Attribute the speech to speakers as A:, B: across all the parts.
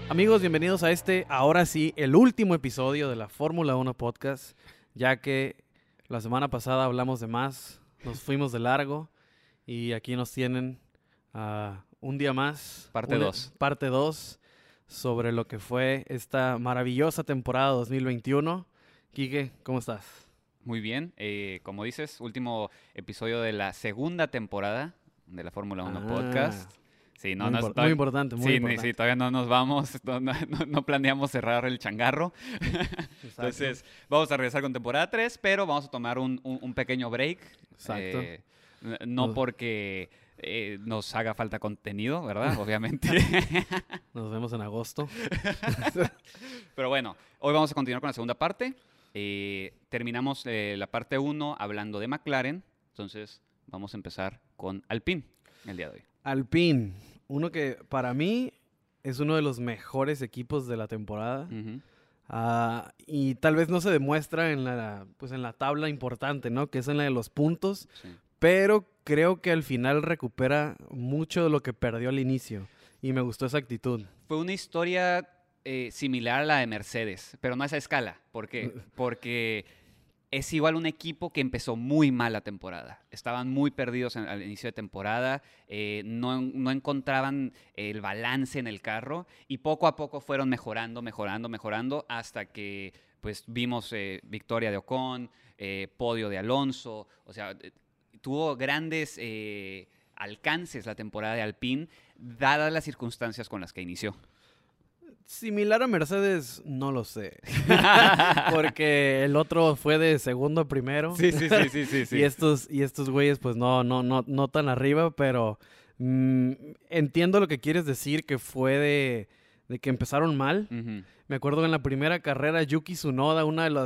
A: Amigos, bienvenidos a ahora sí, el último episodio de la Fórmula 1 Podcast, ya que la semana pasada hablamos de más, nos fuimos de largo y aquí nos tienen un día más.
B: Parte 2.
A: Parte 2 sobre lo que fue esta maravillosa temporada 2021. Quique, ¿cómo estás?
B: Muy bien, como dices, último episodio de la segunda temporada de la Fórmula 1 Podcast. Sí,
A: muy importante, muy importante.
B: Sí, todavía no nos vamos, no planeamos cerrar el changarro. Entonces, vamos a regresar con temporada 3, pero vamos a tomar un pequeño break.
A: Exacto.
B: No porque nos haga falta contenido, ¿verdad? Obviamente.
A: Nos vemos en agosto.
B: Pero bueno, hoy vamos a continuar con la segunda parte. Terminamos la parte 1 hablando de McLaren. Entonces, vamos a empezar con Alpine el día de hoy.
A: Alpine, uno que para mí es uno de los mejores equipos de la temporada.
B: Uh-huh.
A: Y tal vez no se demuestra en la tabla importante, ¿no? Que es en la de los puntos.
B: Sí.
A: Pero creo que al final recupera mucho de lo que perdió al inicio. Y me gustó esa actitud.
B: Fue una historia similar a la de Mercedes, pero no a esa escala. ¿Por qué? Porque es igual un equipo que empezó muy mal la temporada. Estaban muy perdidos al inicio de temporada, no encontraban el balance en el carro y poco a poco fueron mejorando hasta que pues vimos victoria de Ocon, podio de Alonso. O sea, tuvo grandes alcances la temporada de Alpine, dadas las circunstancias con las que inició.
A: Similar a Mercedes, no lo sé. Porque el otro fue de segundo a primero.
B: Sí.
A: y estos güeyes, pues no tan arriba, pero entiendo lo que quieres decir, que fue de que empezaron mal.
B: Uh-huh.
A: Me acuerdo que en la primera carrera, Yuki Tsunoda,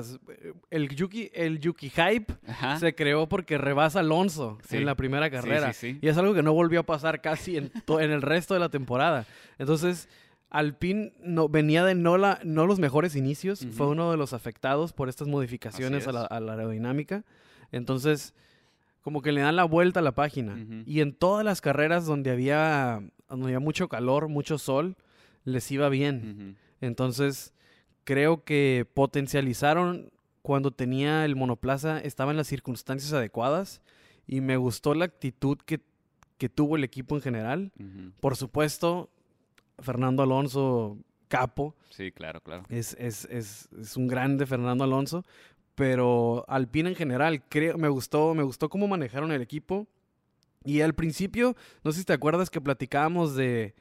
A: el Yuki hype,
B: Ajá.
A: se creó porque rebasa a Alonso en la primera carrera.
B: Sí.
A: Y es algo que no volvió a pasar casi en el resto de la temporada. Entonces, Alpine venía de no los mejores inicios.
B: Uh-huh.
A: Fue uno de los afectados por estas modificaciones a la aerodinámica. Entonces, como que le dan la vuelta a la página.
B: Uh-huh.
A: Y en todas las carreras donde había mucho calor, mucho sol, les iba bien.
B: Uh-huh.
A: Entonces, creo que potencializaron cuando tenía el monoplaza, estaba en las circunstancias adecuadas. Y me gustó la actitud que tuvo el equipo en general.
B: Uh-huh.
A: Por supuesto, Fernando Alonso, capo.
B: Sí, claro.
A: Es un grande Fernando Alonso. Pero Alpine en general, me gustó cómo manejaron el equipo. Y al principio, no sé si te acuerdas que platicábamos de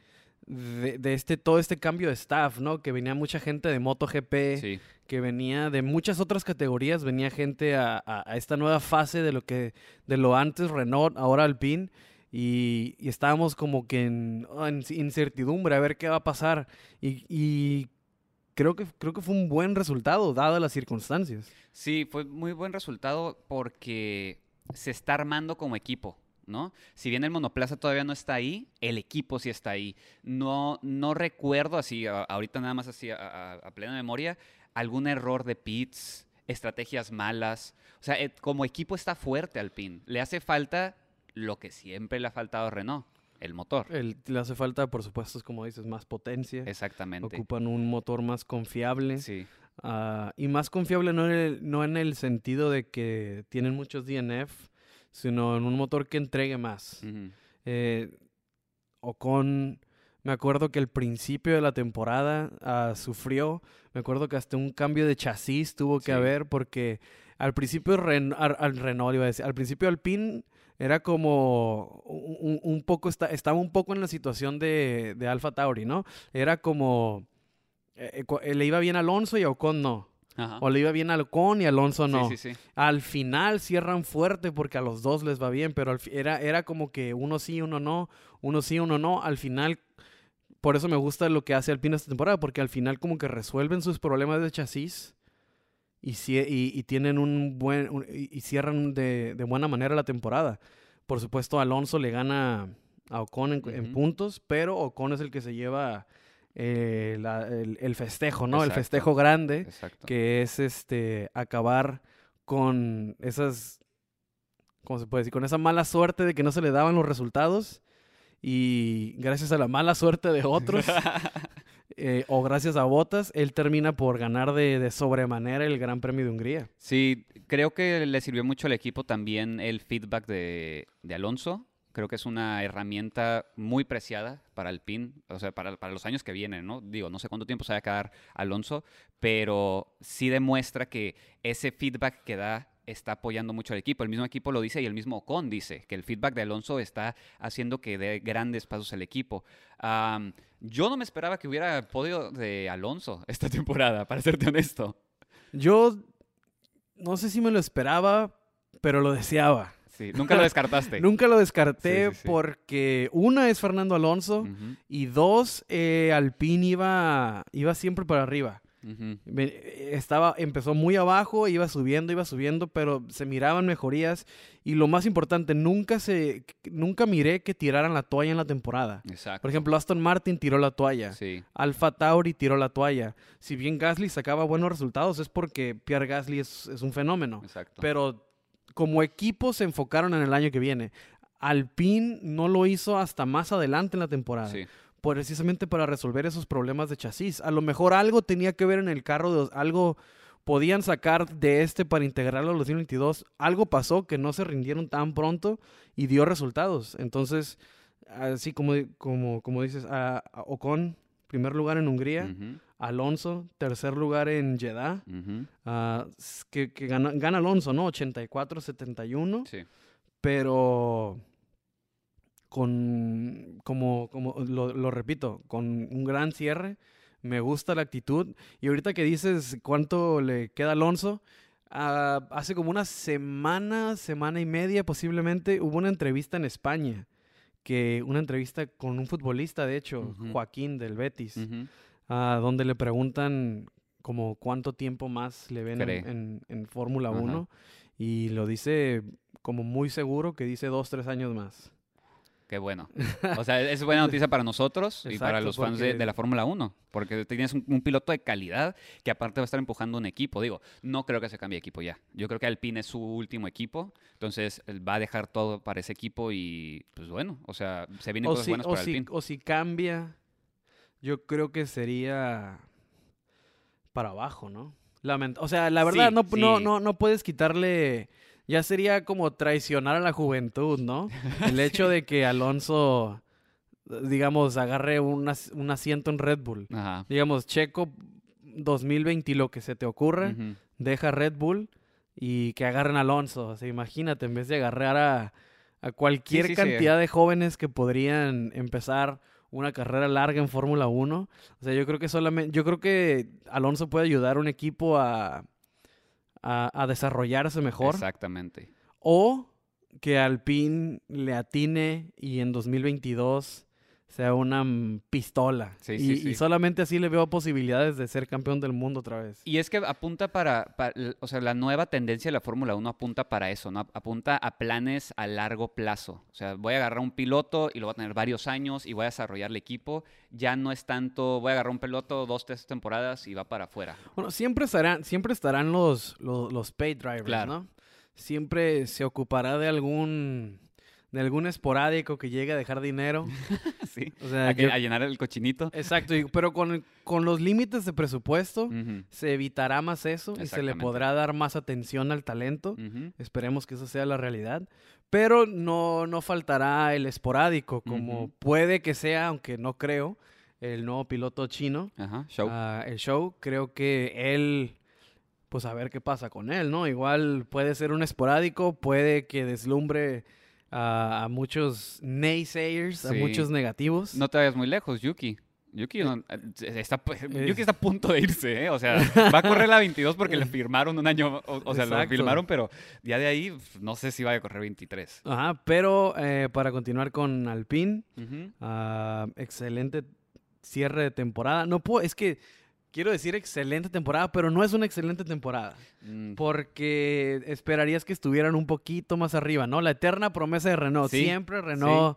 A: todo este cambio de staff, ¿no? Que venía mucha gente de MotoGP,
B: Sí.
A: que venía de muchas otras categorías, venía gente a esta nueva fase de lo antes Renault, ahora Alpine. Y estábamos como que en incertidumbre a ver qué va a pasar. Y creo que fue un buen resultado, dadas las circunstancias.
B: Sí, fue muy buen resultado porque se está armando como equipo, ¿no? Si bien el monoplaza todavía no está ahí, el equipo sí está ahí. No recuerdo así, ahorita nada más así a plena memoria, algún error de pits, estrategias malas. O sea, como equipo está fuerte Alpine. Le hace falta lo que siempre le ha faltado a Renault, el motor.
A: Le hace falta, por supuesto, como dices, más potencia.
B: Exactamente.
A: Ocupan un motor más confiable.
B: Sí.
A: Y más confiable no en el sentido de que tienen muchos DNF, sino en un motor que entregue más.
B: Uh-huh.
A: Ocon, me acuerdo que al principio de la temporada sufrió. Me acuerdo que hasta un cambio de chasis tuvo que haber, porque al principio Renault iba a decir, al principio Alpine era como un poco, estaba un poco en la situación de Alpha Tauri, ¿no? Era como le iba bien a Alonso y a Ocon no.
B: Ajá.
A: O le iba bien a Ocon y a Alonso no.
B: Sí.
A: Al final cierran fuerte porque a los dos les va bien, pero era como que uno sí, uno no, uno sí, uno no. Al final, por eso me gusta lo que hace Alpine esta temporada, porque al final como que resuelven sus problemas de chasis y tienen y cierran de buena manera la temporada. Por supuesto, Alonso le gana a Ocon en puntos, pero Ocon es el que se lleva el festejo, ¿no?
B: Exacto.
A: El festejo grande.
B: Exacto.
A: Que es acabar con esas, ¿cómo se puede decir? Con esa mala suerte de que no se le daban los resultados y gracias a la mala suerte de otros o gracias a Bottas, él termina por ganar de sobremanera el Gran Premio de Hungría.
B: Sí, creo que le sirvió mucho al equipo también el feedback de Alonso. Creo que es una herramienta muy preciada para Alpine, o sea, para los años que vienen, ¿no? Digo, no sé cuánto tiempo se va a quedar Alonso, pero sí demuestra que ese feedback que da está apoyando mucho al equipo. El mismo equipo lo dice y el mismo Ocon dice que el feedback de Alonso está haciendo que dé grandes pasos al equipo. Yo no me esperaba que hubiera podio de Alonso esta temporada, para serte honesto.
A: Yo no sé si me lo esperaba, pero lo deseaba.
B: Sí, nunca lo descartaste.
A: Nunca lo descarté
B: Sí.
A: porque una es Fernando Alonso
B: Uh-huh.
A: y dos, Alpine iba siempre para arriba.
B: Uh-huh.
A: Empezó muy abajo, iba subiendo, pero se miraban mejorías y lo más importante, nunca miré que tiraran la toalla en la temporada.
B: Exacto.
A: Por ejemplo, Aston Martin tiró la toalla.
B: Sí.
A: Alfa Tauri tiró la toalla. Si bien Gasly sacaba buenos resultados es porque Pierre Gasly es un fenómeno.
B: Exacto.
A: Pero como equipo se enfocaron en el año que viene. Alpine no lo hizo hasta más adelante en la temporada.
B: Sí.
A: Precisamente para resolver esos problemas de chasis. A lo mejor algo tenía que ver en el carro, algo podían sacar de para integrarlo al 2022. Algo pasó que no se rindieron tan pronto y dio resultados. Entonces, así como dices, Ocon, primer lugar en Hungría.
B: Uh-huh.
A: Alonso, tercer lugar en Jeddah.
B: Uh-huh.
A: Que gana Alonso, ¿no? 84-71.
B: Sí.
A: Pero como lo repito, con un gran cierre. Me gusta la actitud. Y ahorita que dices cuánto le queda a Alonso, hace como una semana y media posiblemente, hubo una entrevista en España. Una entrevista con un futbolista, de hecho,
B: Uh-huh.
A: Joaquín del Betis.
B: Uh-huh.
A: Donde le preguntan como cuánto tiempo más le ven en Fórmula 1 y lo dice como muy seguro que dice 2-3 años más.
B: Qué bueno. O sea, es buena noticia para nosotros y para
A: Exacto,
B: los fans de la Fórmula 1, porque tienes un piloto de calidad que aparte va a estar empujando un equipo. Digo, no creo que se cambie de equipo ya. Yo creo que Alpine es su último equipo, entonces él va a dejar todo para ese equipo y pues bueno, o sea, se vienen cosas buenas para Alpine.
A: O si cambia, yo creo que sería para abajo, ¿no? O sea, la verdad,
B: Sí,
A: no puedes quitarle. Ya sería como traicionar a la juventud, ¿no? El hecho de que Alonso, digamos, agarre un asiento en Red Bull.
B: Ajá.
A: Digamos, Checo 2020 y lo que se te ocurra,
B: Uh-huh.
A: deja Red Bull y que agarren a Alonso. O sea, imagínate, en vez de agarrar a cualquier cantidad de jóvenes que podrían empezar una carrera larga en Fórmula 1. O sea, yo creo que Alonso puede ayudar a un equipo a desarrollarse mejor.
B: Exactamente.
A: O que Alpine le atine y en 2022 sea una pistola.
B: Sí.
A: Y solamente así le veo posibilidades de ser campeón del mundo otra vez.
B: Y es que apunta o sea, la nueva tendencia de la Fórmula 1 apunta para eso, ¿no? Apunta a planes a largo plazo. O sea, voy a agarrar un piloto y lo voy a tener varios años y voy a desarrollar el equipo. Ya no es tanto, voy a agarrar un piloto 2-3 temporadas y va para afuera.
A: Bueno, siempre estarán los paid drivers,
B: Claro.
A: ¿no? Siempre se ocupará de algún esporádico que llegue a dejar dinero.
B: Sí.
A: O sea,
B: A llenar el cochinito.
A: Exacto, pero con los límites de presupuesto
B: Uh-huh.
A: se evitará más eso y se le
B: Exactamente.
A: podrá dar más atención al talento.
B: Uh-huh.
A: Esperemos que eso sea la realidad. Pero no faltará el esporádico, como
B: Ujú.
A: puede que sea, aunque no creo, el nuevo piloto chino.
B: Ajá, show.
A: El show. Creo que él, pues a ver qué pasa con él, ¿no? Igual puede ser un esporádico, puede que deslumbre a muchos naysayers, a
B: Sí.
A: muchos negativos.
B: No te vayas muy lejos, Yuki. Yuki está a punto de irse, ¿eh? O sea, va a correr la 22 porque le firmaron un año, o sea, lo
A: Exacto.
B: firmaron, pero ya de ahí no sé si vaya a correr 23.
A: Ajá, pero para continuar con Alpine,
B: Ujú.
A: excelente cierre de temporada. Es que quiero decir excelente temporada, pero no es una excelente temporada.
B: Mm,
A: Porque esperarías que estuvieran un poquito más arriba, ¿no? La eterna promesa de Renault.
B: Sí,
A: Siempre Renault.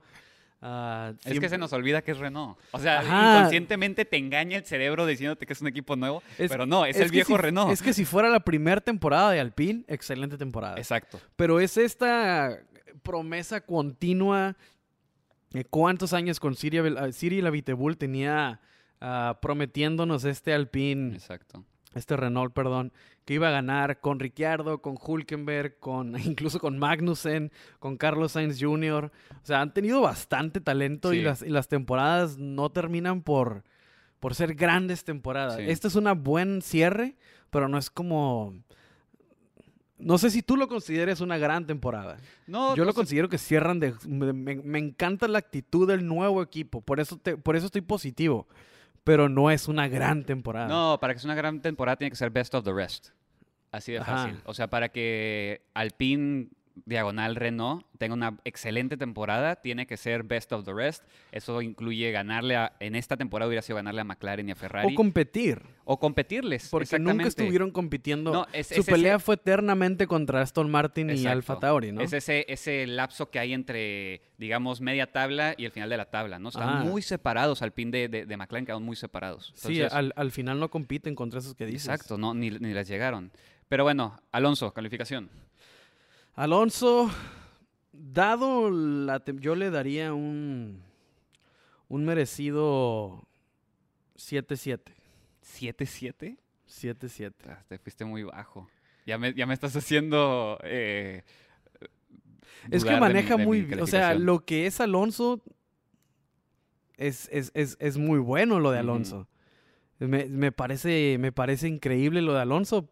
B: Es que se nos olvida que es Renault. O sea,
A: Ajá.
B: inconscientemente te engaña el cerebro diciéndote que es un equipo nuevo, pero no, es el
A: que
B: viejo Renault.
A: Es que si fuera la primera temporada de Alpine, excelente temporada.
B: Exacto.
A: Pero es esta promesa continua. ¿Cuántos años con Cyril Abiteboul tenía prometiéndonos este Alpine,
B: Exacto.
A: este Renault, perdón, que iba a ganar con Ricciardo, con Hülkenberg, incluso con Magnussen, con Carlos Sainz Jr. O sea, han tenido bastante talento
B: Sí.
A: y las temporadas no terminan por ser grandes temporadas.
B: Sí.
A: Este es un buen cierre, pero no es como... No sé si tú lo consideres una gran temporada.
B: No,
A: Yo
B: o
A: lo
B: sea,
A: considero que cierran de... Me encanta la actitud del nuevo equipo. Por eso estoy positivo. Pero no es una gran temporada.
B: no, para que sea una gran temporada tiene que ser best of the rest. Así de
A: Ajá.
B: fácil. O sea, para que Alpine diagonal Renault tenga una excelente temporada, tiene que ser best of the rest. Eso incluye en esta temporada hubiera sido ganarle a McLaren y a Ferrari.
A: O competir.
B: O competirles.
A: Porque nunca
B: exactamente.
A: estuvieron compitiendo.
B: No,
A: Su pelea fue eternamente contra Aston Martin y
B: Exacto.
A: Alfa Tauri, ¿no?
B: Es ese lapso que hay entre, digamos, media tabla y el final de la tabla, ¿no? Están muy separados. Alpine de McLaren quedaron muy separados.
A: Sí,
B: Entonces,
A: al final no compiten contra esos que dices.
B: exacto, no, ni les llegaron. Pero bueno, Alonso, calificación.
A: Alonso, yo le daría un merecido 7-7.
B: ¿7-7?
A: 7-7.
B: Te fuiste muy bajo. Ya me estás haciendo
A: Es
B: dudar
A: que
B: de
A: maneja
B: mi
A: muy bien. O sea,
B: calificación.
A: lo que es Alonso es muy bueno lo de
B: Ujú.
A: Alonso. Me parece increíble lo de Alonso.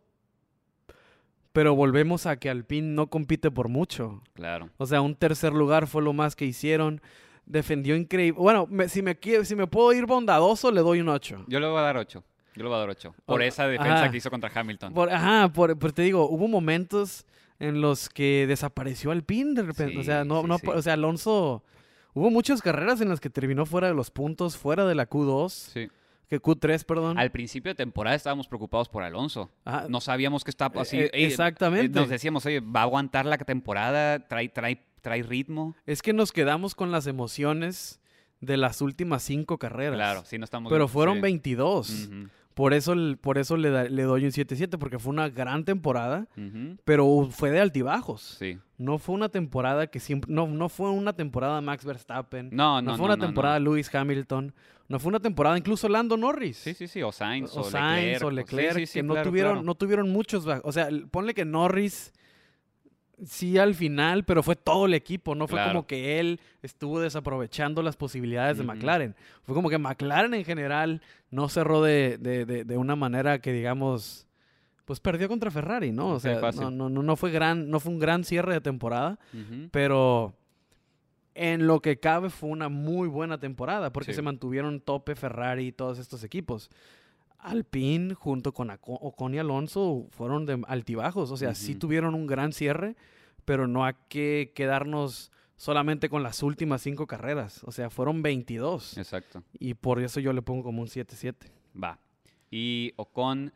A: Pero volvemos a que Alpine no compite por mucho.
B: Claro.
A: O sea, un tercer lugar fue lo más que hicieron. Defendió increíble. Bueno, si me puedo ir bondadoso, le doy un 8.
B: Yo le voy a dar 8. Por esa defensa
A: Ajá.
B: que hizo contra Hamilton.
A: Por te digo, hubo momentos en los que desapareció Alpine de repente.
B: Sí,
A: O sea,
B: sí.
A: o sea, Alonso... Hubo muchas carreras en las que terminó fuera de los puntos, fuera de la Q2,
B: Sí.
A: que Q3, perdón.
B: Al principio de temporada estábamos preocupados por Alonso.
A: Ajá.
B: No sabíamos que estaba así.
A: Exactamente.
B: Nos decíamos, oye, va a aguantar la temporada, trae ritmo.
A: Es que nos quedamos con las emociones de las últimas 5 carreras.
B: Claro, sí, no estamos.
A: Pero fueron
B: sí.
A: 22.
B: Ujú,
A: Por eso le doy un 7-7, porque fue una gran temporada,
B: ujú.
A: pero fue de altibajos.
B: Sí.
A: No fue una temporada que siempre... No fue una temporada Max Verstappen.
B: No
A: fue una temporada Lewis Hamilton. No fue una temporada incluso Lando Norris.
B: Sí. O Sainz,
A: O Sainz, o Leclerc,
B: Sí,
A: que no,
B: claro,
A: tuvieron,
B: claro.
A: no tuvieron muchos... O sea, ponle que Norris sí al final, pero fue todo el equipo. No fue
B: Claro.
A: como que él estuvo desaprovechando las posibilidades de
B: Ujú.
A: McLaren. Fue como que McLaren en general no cerró de una manera que, digamos, pues perdió contra Ferrari, ¿no? O
B: Sí,
A: sea,
B: fácil.
A: no fue un gran cierre de temporada,
B: Ujú.
A: pero en lo que cabe fue una muy buena temporada porque
B: Sí.
A: se mantuvieron tope Ferrari y todos estos equipos. Alpine junto con Ocon y Alonso fueron de altibajos, o sea, sí
B: Ujú.
A: tuvieron un gran cierre, pero no hay que quedarnos solamente con las últimas 5 carreras, o sea, fueron 22
B: Exacto.
A: y por eso yo le pongo como un 7-7.
B: Va. Y Ocon.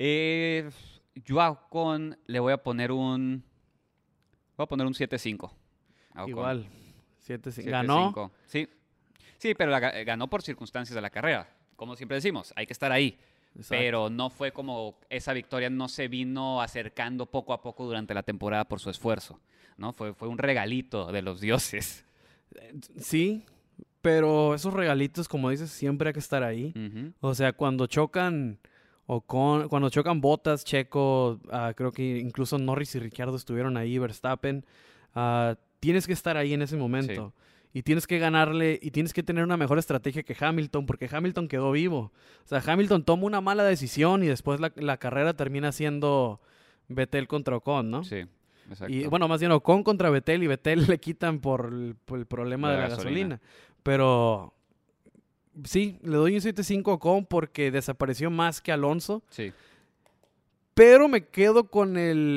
B: Yo a Ocon le voy a poner un. Voy a poner un 7-5. a Ocon.
A: Igual, 7-5.
B: 7-5.
A: Ganó.
B: Sí. Sí, pero ganó por circunstancias de la carrera. Como siempre decimos, hay que estar ahí.
A: Exacto.
B: Pero no fue como esa victoria no se vino acercando poco a poco durante la temporada por su esfuerzo, ¿no? Fue un regalito de los dioses.
A: Sí, pero esos regalitos, como dices, siempre hay que estar ahí.
B: Ujú.
A: O sea, cuando chocan cuando chocan Bottas, Checo, creo que incluso Norris y Ricciardo estuvieron ahí, Verstappen, tienes que estar ahí en ese momento. Y tienes que ganarle y tienes que tener una mejor estrategia que Hamilton, porque Hamilton quedó vivo. O sea, Hamilton toma una mala decisión y después la carrera termina siendo Vettel contra Ocon, ¿no?
B: Sí, exacto.
A: Y bueno, más bien Ocon contra Vettel y Vettel le quitan por el problema de la gasolina. Pero sí, le doy un 7-5 a Ocon porque desapareció más que Alonso.
B: Sí.
A: Pero me quedo con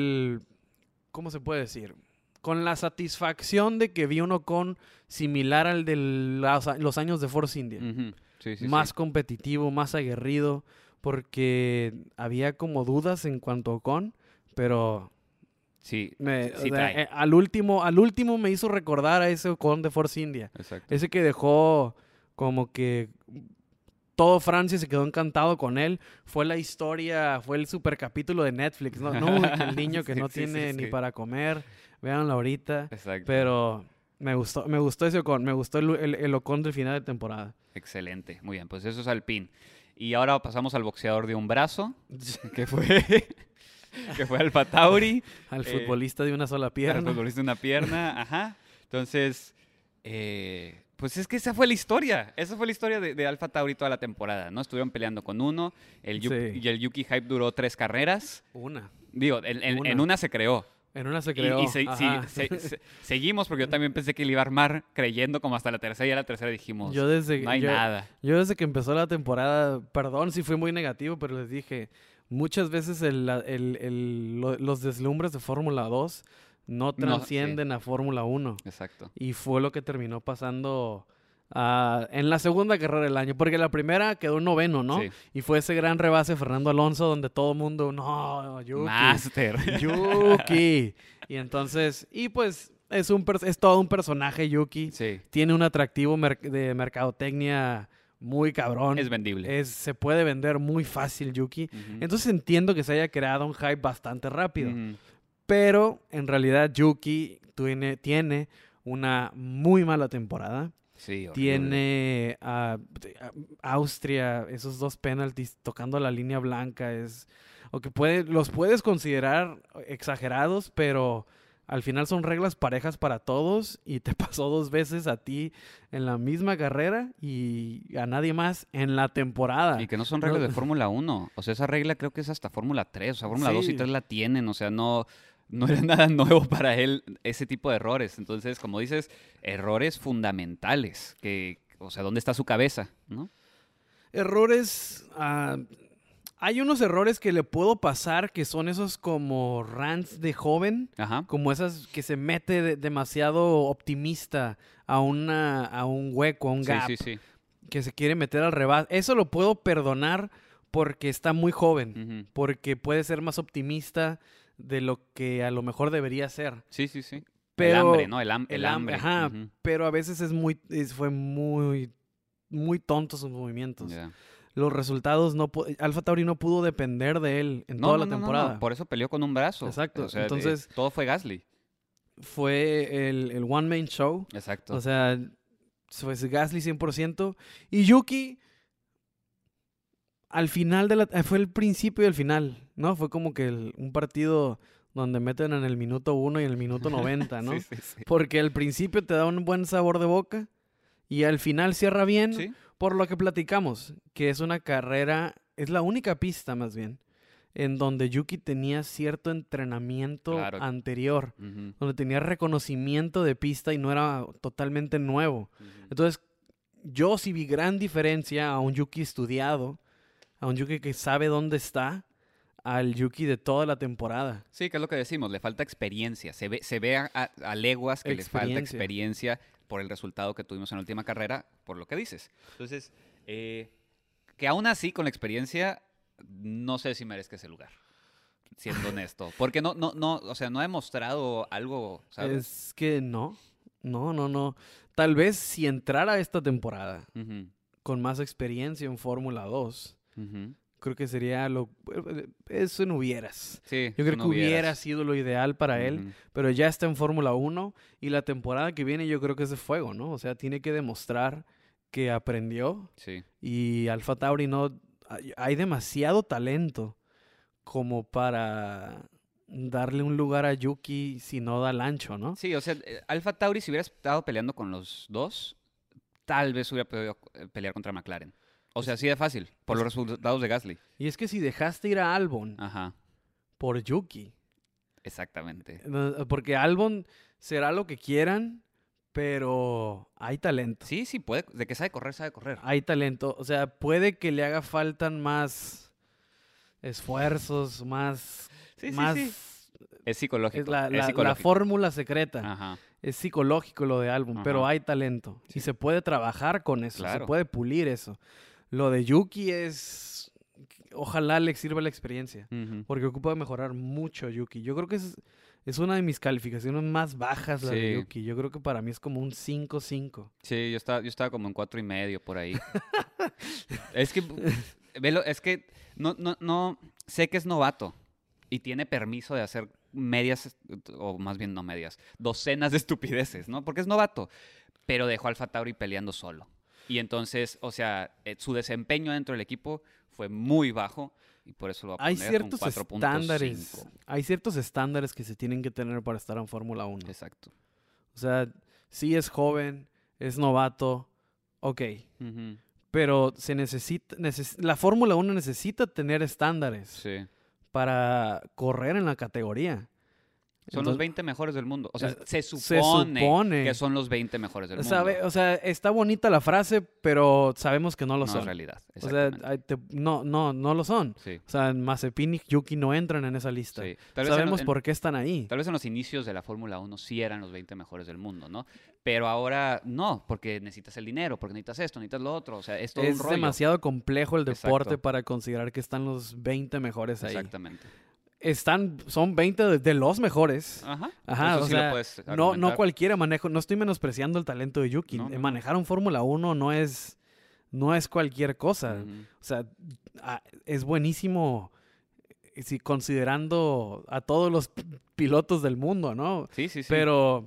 A: ¿cómo se puede decir? Con la satisfacción de que vi un Ocon similar al de los años de Force India.
B: Ujú. Sí,
A: Más competitivo, más aguerrido, porque había como dudas en cuanto a Ocon, pero
B: Sí,
A: o sea,
B: trae.
A: al último me hizo recordar a ese Ocon de Force India.
B: Exacto.
A: Ese que dejó como que todo Francia se quedó encantado con él. Fue la historia, fue el super capítulo de Netflix, ¿no? No, que el niño que
B: Sí,
A: no
B: sí,
A: tiene
B: sí,
A: ni
B: sí.
A: para comer. Véanlo ahorita.
B: Exacto.
A: Pero Me gustó ese Ocon. Me gustó el Ocon del final de temporada.
B: Excelente. Muy bien, pues eso es Alpine. Y ahora pasamos al boxeador de un brazo, que fue, que fue Alfa Tauri.
A: Al futbolista de una sola
B: Al
A: pierna.
B: futbolista de una pierna, ajá. Entonces, pues es que esa fue la historia. Esa fue la historia de Alfa Tauri toda la temporada, ¿no? Estuvieron peleando con uno.
A: Sí.
B: Y el Yuki Hype duró 3 carreras.
A: Una.
B: Digo, en una se creó.
A: En una se creó. Ajá.
B: Seguimos porque yo también pensé que le iba a armar creyendo como hasta la tercera, y a la tercera dijimos, no hay nada.
A: Yo desde que empezó la temporada, perdón si fue muy negativo, pero les dije, muchas veces los deslumbres de Fórmula 2 no trascienden a Fórmula 1.
B: Exacto.
A: Y fue lo que terminó pasando en la segunda carrera del año, porque la primera quedó noveno, ¿no?
B: Sí.
A: Y fue ese gran rebase de Fernando Alonso donde todo el mundo, no, Yuki.
B: Master.
A: Yuki. Y entonces, y pues es todo un personaje Yuki.
B: Sí.
A: Tiene un atractivo de mercadotecnia muy cabrón.
B: Es vendible.
A: Se puede vender muy fácil Yuki.
B: Ujú.
A: Entonces entiendo que se haya creado un hype bastante rápido.
B: Ujú.
A: Pero en realidad Yuki tiene una muy mala temporada.
B: Sí, horrible.
A: Tiene Austria, esos 2 penalties tocando la línea blanca. Los puedes considerar exagerados, pero al final son reglas parejas para todos y te pasó 2 veces a ti en la misma carrera y a nadie más en la temporada.
B: Y que no son reglas de Fórmula 1. O sea, esa regla creo que es hasta Fórmula 3. O sea, Fórmula 2 y 3 la tienen. O sea, no era nada nuevo para él ese tipo de errores. Entonces, como dices, errores fundamentales. O sea, ¿dónde está su cabeza? ¿No?
A: Errores... hay unos errores que le puedo pasar que son esos como rants de joven.
B: Ajá.
A: Como esas que se mete demasiado optimista a un hueco, a un gap.
B: Sí.
A: Que se quiere meter al rebase. Eso lo puedo perdonar porque está muy joven.
B: Ujú.
A: Porque puede ser más optimista de lo que a lo mejor debería ser.
B: Sí.
A: Pero,
B: el hambre, ¿no? El hambre.
A: Ajá,
B: Ujú.
A: pero a veces fue muy, muy tonto sus movimientos.
B: Ya.
A: Los resultados Alfa Tauri no pudo depender de él en toda la temporada.
B: No. Por eso peleó con un brazo.
A: Exacto.
B: O sea,
A: entonces
B: todo fue Gasly.
A: fue el one man show.
B: Exacto.
A: O sea, fue Gasly 100%. Y Yuki al final fue el principio y el final, ¿no? Fue como que un partido donde meten en el minuto 1 y en el minuto 90, ¿no?
B: Sí.
A: Porque al principio te da un buen sabor de boca y al final cierra bien.
B: Sí.
A: Por lo que platicamos, que es una carrera, es la única pista más bien, en donde Yuki tenía cierto entrenamiento
B: Claro.
A: anterior,
B: Ujú.
A: donde tenía reconocimiento de pista y no era totalmente nuevo.
B: Ujú.
A: Entonces, yo sí vi gran diferencia a un Yuki estudiado, a un Yuki que sabe dónde está, al Yuki de toda la temporada.
B: Sí, que es lo que decimos, le falta experiencia. Se ve a leguas que le falta experiencia por el resultado que tuvimos en la última carrera, por lo que dices. Entonces, que aún así, con la experiencia, no sé si merezca ese lugar, siendo honesto. Porque o sea, no ha demostrado algo, ¿sabes?
A: Es que no. Tal vez si entrara esta temporada
B: Ujú,
A: con más experiencia en Fórmula 2,
B: ujú.
A: creo que sería eso en hubieras.
B: Sí,
A: Yo creo
B: no
A: que hubiera
B: hubieras.
A: sido lo ideal para él,
B: Ujú.
A: pero ya está en Fórmula 1 y la temporada que viene yo creo que es de fuego, ¿no? O sea, tiene que demostrar que aprendió
B: Sí.
A: y Alfa Tauri no... Hay demasiado talento como para darle un lugar a Yuki si no da el ancho, ¿no?
B: Sí, o sea, Alfa Tauri, si hubiera estado peleando con los dos, tal vez hubiera podido pelear contra McLaren. O sea, así de fácil, por los resultados de Gasly.
A: Y es que si dejaste ir a Albon
B: Ajá,
A: por Yuki,
B: exactamente.
A: porque Albon será lo que quieran, pero hay talento.
B: Sí, puede. De que sabe correr, sabe correr.
A: Hay talento. O sea, puede que le haga faltan más esfuerzos, más...
B: Sí. Es
A: Es
B: psicológico.
A: la
B: es psicológico.
A: fórmula secreta.
B: Ajá.
A: Es psicológico lo de Albon,
B: Ajá.
A: pero hay talento.
B: Sí.
A: Y se puede trabajar con eso, se
B: Claro.
A: puede pulir eso. Lo de Yuki es... Ojalá le sirva la experiencia,
B: Ujú.
A: porque ocupa mejorar mucho Yuki. Yo creo que es una de mis calificaciones más bajas la de
B: Sí.
A: Yuki. Yo creo que para mí es como un 5-5.
B: Sí, yo estaba como en 4.5 por ahí. Es que, velo, es que no, sé que es novato y tiene permiso de hacer medias, o más bien no medias, docenas de estupideces, ¿no? Porque es novato, pero dejó a AlphaTauri peleando solo. Y entonces, o sea, su desempeño dentro del equipo fue muy bajo y por eso lo va a
A: Hay
B: poner
A: ciertos
B: con 4.5.
A: estándares que se tienen que tener para estar en Fórmula 1.
B: Exacto.
A: O sea, sí es joven, es novato, ok.
B: Ujú.
A: Pero la Fórmula 1 necesita tener estándares
B: Sí.
A: para correr en la categoría.
B: Son los
A: Entonces,
B: 20 mejores del mundo. O sea,
A: se
B: se supone
A: supone
B: que son los 20 mejores del mundo.
A: o sea, está bonita la frase, pero sabemos que no lo
B: No
A: son.
B: es realidad.
A: O sea,
B: Exactamente.
A: no lo son.
B: Sí,
A: O sea, Mazepin y Yuki no entran en esa lista.
B: sí. Tal vez en
A: Sabemos por qué están ahí.
B: Tal vez en los inicios de la Fórmula 1 sí eran los 20 mejores del mundo, ¿no? Pero ahora no, porque necesitas el dinero, porque necesitas esto, necesitas lo otro. O sea, es todo un
A: Es
B: rollo.
A: demasiado complejo el deporte
B: Exacto.
A: para considerar que están los 20 mejores ahí.
B: Exactamente.
A: Son 20 de los mejores.
B: Ajá.
A: Ajá,
B: Eso
A: o
B: sí
A: sea,
B: lo puedes
A: no
B: argumentar.
A: cualquiera maneja, no estoy menospreciando el talento de Yuki.
B: No, no, no.
A: Manejar un Fórmula 1 no es cualquier cosa.
B: Ujú.
A: O sea, es buenísimo si considerando a todos los pilotos del mundo, ¿no?
B: Sí, sí, sí.
A: Pero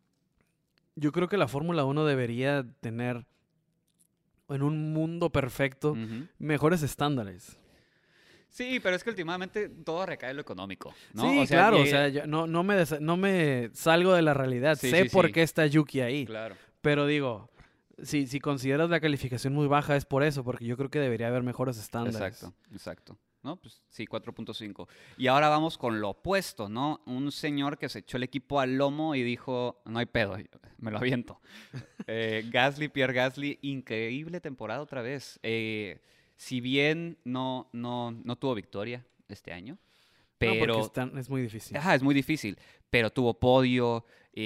A: yo creo que la Fórmula 1 debería tener, en un mundo perfecto,
B: Ujú.
A: mejores estándares.
B: Sí, pero es que últimamente todo recae en lo económico, ¿no?
A: Sí,
B: O sea,
A: claro, o sea, yo no me salgo de la realidad.
B: Sí,
A: Sé
B: sí,
A: por
B: sí.
A: qué está Yuki ahí.
B: Claro.
A: Pero digo, si consideras la calificación muy baja es por eso, porque yo creo que debería haber mejores estándares.
B: Exacto, exacto. ¿No? Pues sí, 4.5. Y ahora vamos con lo opuesto, ¿no? Un señor que se echó el equipo al lomo y dijo, no hay pedo, me lo aviento. Pierre Gasly, increíble temporada otra vez. Si bien no tuvo victoria este año,
A: No,
B: pero...
A: porque es muy difícil.
B: Ajá, es muy difícil, pero tuvo podio,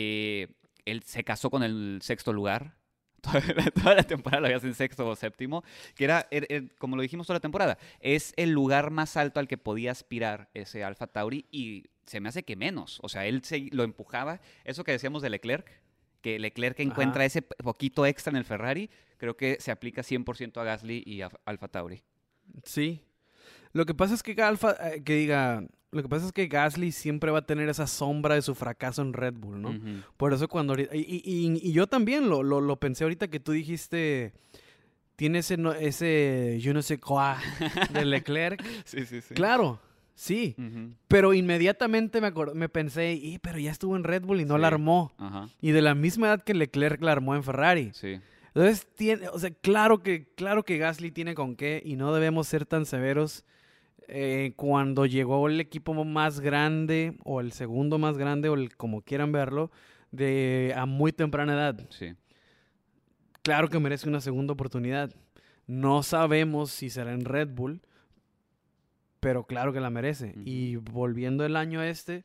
B: él se casó con el sexto lugar. Toda la temporada lo habías en sexto o séptimo, que como lo dijimos toda la temporada, es el lugar más alto al que podía aspirar ese Alpha Tauri y se me hace que menos. O sea, él lo empujaba. Eso que decíamos de Leclerc, que Leclerc encuentra
A: Ajá.
B: ese poquito extra en el Ferrari, creo que se aplica 100% a Gasly y a Alpha Tauri.
A: Sí. Lo que pasa es que lo que pasa es que Gasly siempre va a tener esa sombra de su fracaso en Red Bull, ¿no?
B: Ujú.
A: Por eso y yo también lo pensé ahorita que tú dijiste, tiene ese je ne sais quoi de Leclerc.
B: Sí, sí, sí.
A: Claro, sí.
B: Ujú.
A: Pero inmediatamente me pensé, pero ya estuvo en Red Bull y no la
B: Sí.
A: armó.
B: Ajá,
A: Y de la misma edad que Leclerc la armó en Ferrari.
B: sí.
A: Entonces, o sea, claro que Gasly tiene con qué y no debemos ser tan severos. Cuando llegó el equipo más grande o el segundo más grande o como quieran verlo, a muy temprana edad.
B: Sí.
A: Claro que merece una segunda oportunidad. No sabemos si será en Red Bull, pero claro que la merece.
B: Ujú.
A: Y volviendo el año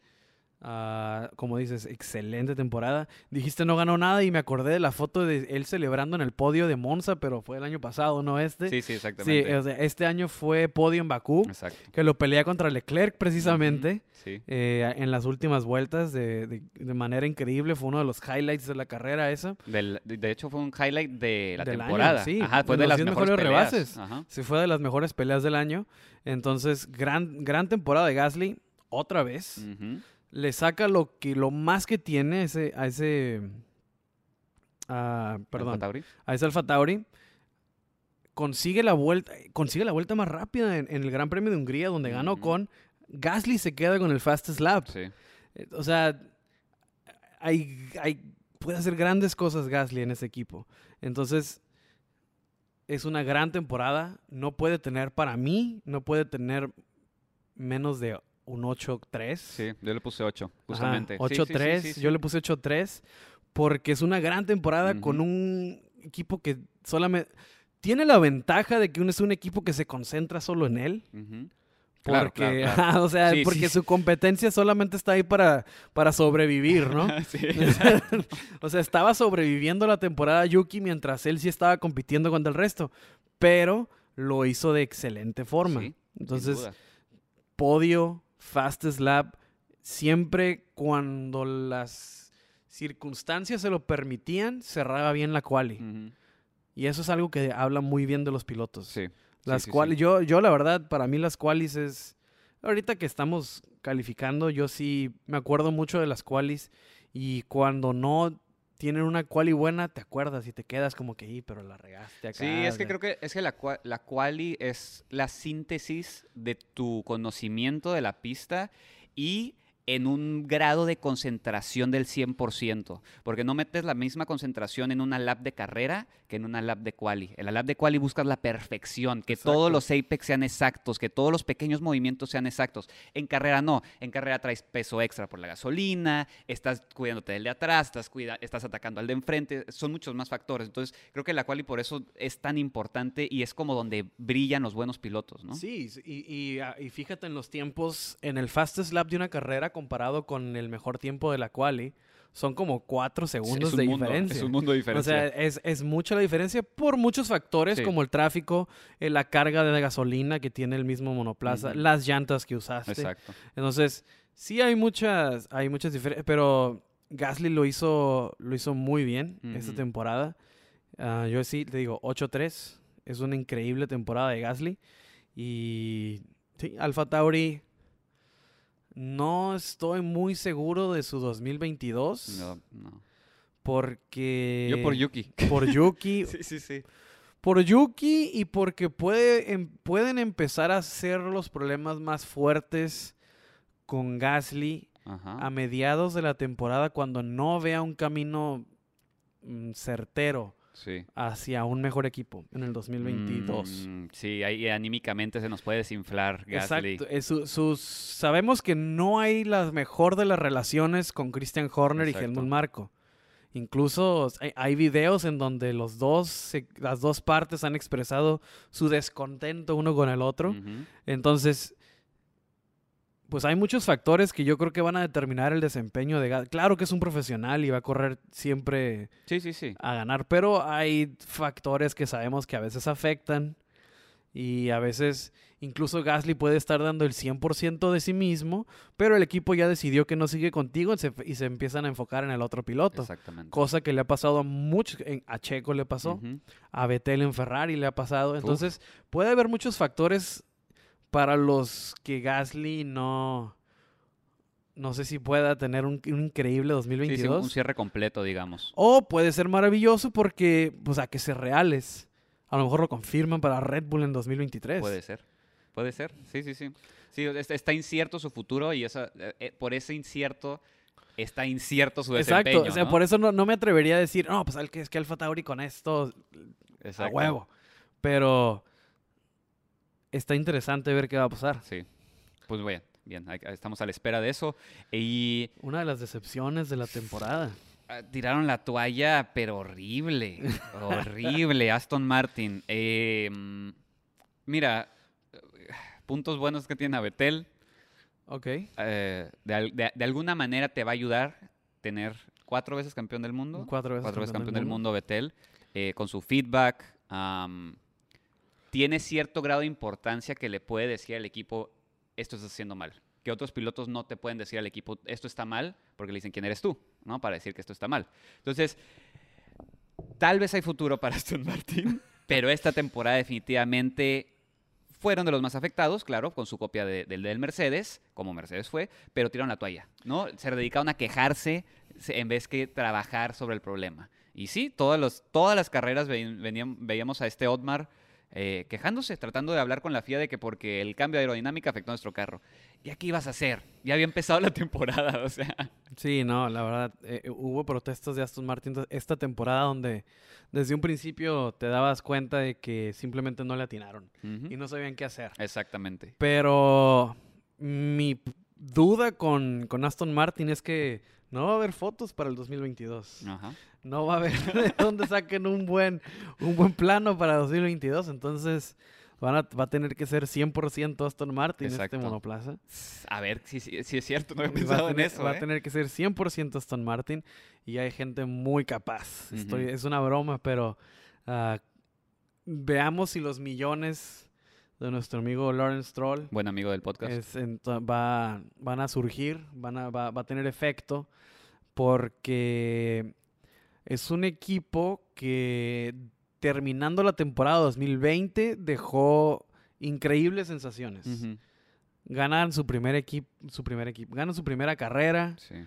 A: como dices, excelente temporada. Dijiste no ganó nada y me acordé de la foto de él celebrando en el podio de Monza, pero fue el año pasado, ¿no este?
B: Sí, sí,
A: Sí,
B: exactamente.
A: o sea, este año fue podio en Bakú,
B: Exacto.
A: que lo pelea contra Leclerc precisamente.
B: Ujú. Sí.
A: En las últimas vueltas de manera increíble. Fue uno de los highlights de la carrera esa.
B: De hecho, fue un highlight de la
A: Del año,
B: temporada.
A: sí,
B: Ajá, fue
A: de
B: de
A: los
B: las
A: 10
B: mejores
A: mejores
B: peleas.
A: rebases.
B: Ajá.
A: Sí, fue de las mejores peleas del año. Entonces, gran temporada de Gasly. Otra vez.
B: Ujú.
A: Le saca lo más que tiene a ese
B: Alfa Tauri.
A: Alfa Tauri. Consigue la vuelta más rápida en el Gran Premio de Hungría, donde ganó
B: Ujú.
A: con Gasly. Se queda con el fastest lap.
B: Sí.
A: O sea, puede hacer grandes cosas Gasly en ese equipo. Entonces, es una gran temporada. Para mí, no puede tener menos de un 8-3.
B: Sí, yo le puse 8,
A: Ajá,
B: justamente.
A: 8-3.
B: Sí, sí, sí,
A: Yo
B: sí.
A: le puse 8-3 porque es una gran temporada
B: Ujú.
A: con un equipo que solamente tiene la ventaja de que es un equipo que se concentra solo en él.
B: Ujú. Claro,
A: Porque,
B: claro, claro.
A: o sea,
B: Sí,
A: porque
B: sí.
A: su competencia solamente está ahí para sobrevivir, ¿no?
B: Sí, exacto.
A: O sea, estaba sobreviviendo la temporada Yuki mientras él sí estaba compitiendo contra el resto, pero lo hizo de excelente forma.
B: Sí, sin
A: Entonces,
B: duda.
A: podio, fastest lap, siempre cuando las circunstancias se lo permitían, cerraba bien la quali.
B: Ujú.
A: Y eso es algo que habla muy bien de los pilotos.
B: Sí.
A: Las
B: sí, sí,
A: quali,
B: sí.
A: yo la verdad, para mí las qualis es... ahorita que estamos calificando, yo sí me acuerdo mucho de las qualis y cuando no tienen una quali buena, te acuerdas y te quedas como que, pero la regaste acá.
B: Sí, es que creo que la quali es la síntesis de tu conocimiento de la pista y en un grado de concentración del 100%, porque no metes la misma concentración en una lap de carrera que en una lap de quali. En la lap de quali buscas la perfección, que
A: Exacto.
B: todos los apex sean exactos, que todos los pequeños movimientos sean exactos. En carrera no, en carrera traes peso extra por la gasolina, estás cuidándote del de atrás, estás atacando al de enfrente, son muchos más factores. Entonces creo que la quali por eso es tan importante y es como donde brillan los buenos pilotos, ¿no?
A: Sí, y fíjate en los tiempos, en el fastest lap de una carrera comparado con el mejor tiempo de la quali, son como 4 segundos de diferencia.
B: Es un mundo de diferencia.
A: O sea, es mucha la diferencia por muchos factores,
B: Sí.
A: como el tráfico, la carga de gasolina que tiene el mismo monoplaza,
B: Ujú.
A: las llantas que usaste.
B: Exacto.
A: Entonces, sí hay muchas diferencias, pero Gasly lo hizo muy bien esta
B: Ujú.
A: temporada. Yo sí te digo, 8-3, es una increíble temporada de Gasly. Y sí, AlphaTauri, no estoy muy seguro de su 2022
B: No.
A: porque...
B: Yo por Yuki.
A: Por Yuki.
B: Sí.
A: Por Yuki y porque pueden empezar a ser los problemas más fuertes con Gasly
B: Ajá.
A: a mediados de la temporada cuando no vea un camino certero
B: Sí.
A: hacia un mejor equipo en el 2022.
B: Sí, ahí anímicamente se nos puede desinflar Gasly.
A: Exacto. Sabemos que no hay la mejor de las relaciones con Christian Horner
B: Exacto.
A: y Helmut Marko. Incluso hay videos en donde las dos partes han expresado su descontento uno con el otro.
B: Ujú.
A: Entonces, pues hay muchos factores que yo creo que van a determinar el desempeño de Gasly. Claro que es un profesional y va a correr siempre
B: Sí.
A: a ganar, pero hay factores que sabemos que a veces afectan y a veces incluso Gasly puede estar dando el 100% de sí mismo, pero el equipo ya decidió que no sigue contigo y se empiezan a enfocar en el otro piloto.
B: Exactamente.
A: Cosa que le ha pasado a muchos, a Checo le pasó,
B: Ujú.
A: a Vettel en Ferrari le ha pasado. Entonces puede haber muchos factores para los que Gasly no sé si pueda tener un increíble
B: Sí,
A: 2022.
B: un cierre completo, digamos.
A: O puede ser maravilloso porque, pues, hay que ser reales. A lo mejor lo confirman para Red Bull en 2023.
B: Puede ser. Sí. Sí, está incierto su futuro y por ese incierto está incierto su desempeño.
A: Exacto. O sea,
B: ¿no?
A: por eso no me atrevería a decir, no, pues es que AlphaTauri con esto a
B: Exacto.
A: huevo. Pero está interesante ver qué va a pasar.
B: Sí. Pues bien, ahí estamos a la espera de eso. Y
A: Una de las decepciones de la temporada.
B: tiraron la toalla, pero horrible. Horrible. Aston Martin. Mira, puntos buenos que tiene a Vettel.
A: Ok.
B: De alguna manera te va a ayudar tener 4 veces campeón del mundo.
A: 4 veces
B: campeón del mundo Vettel. Con su feedback. Tiene cierto grado de importancia que le puede decir al equipo, esto estás haciendo mal. Que otros pilotos no te pueden decir al equipo, esto está mal, porque le dicen quién eres tú, ¿no? Para decir que esto está mal. Entonces, tal vez hay futuro para Aston Martin, pero esta temporada definitivamente fueron de los más afectados, claro, con su copia del Mercedes, como Mercedes fue, pero tiraron la toalla, ¿no? Se dedicaron a quejarse en vez que trabajar sobre el problema. Y sí, todas las carreras veíamos a este Otmar quejándose, tratando de hablar con la FIA de que porque el cambio de aerodinámica afectó a nuestro carro. ¿Y qué ibas a hacer? Ya había empezado la temporada, o sea.
A: Sí, no, la verdad, hubo protestas de Aston Martin esta temporada donde desde un principio te dabas cuenta de que simplemente no le atinaron
B: Ujú.
A: y no sabían qué hacer.
B: Exactamente.
A: Pero mi duda con Aston Martin es que no va a haber fotos para el 2022.
B: Ajá.
A: No va a haber de dónde saquen un buen plano para 2022. Entonces va a tener que ser 100% Aston Martin
B: Exacto.
A: este monoplaza.
B: A ver, sí es cierto, no había
A: Va a
B: pensado en
A: tener-
B: eso.
A: Va a tener que ser 100% Aston Martin y hay gente muy capaz.
B: Ujú.
A: Es una broma, pero veamos si los millones de nuestro amigo Lawrence Stroll
B: Buen amigo del podcast.
A: van a surgir, va a tener efecto, porque es un equipo que terminando la temporada 2020 dejó increíbles sensaciones.
B: Ujú.
A: ganan su primer equipo, ganan su primera carrera,
B: Sí.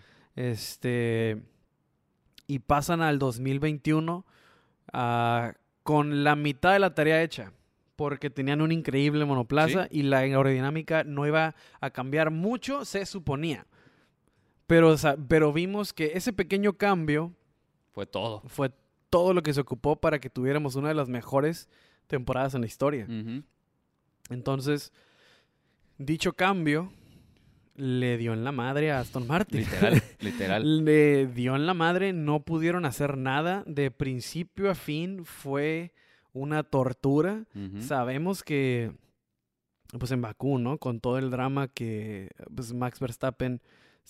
A: y pasan al 2021 con la mitad de la tarea hecha, porque tenían un increíble monoplaza
B: Sí.
A: y la aerodinámica no iba a cambiar mucho, se suponía. Pero, pero vimos que ese pequeño cambio
B: Fue todo.
A: fue todo lo que se ocupó para que tuviéramos una de las mejores temporadas en la historia.
B: Ujú.
A: Entonces, dicho cambio le dio en la madre a Aston Martin.
B: Literal, literal.
A: Le dio en la madre, no pudieron hacer nada. De principio a fin fue una tortura.
B: Ujú.
A: Sabemos que, pues en Bakú, ¿no? Con todo el drama que pues, Max Verstappen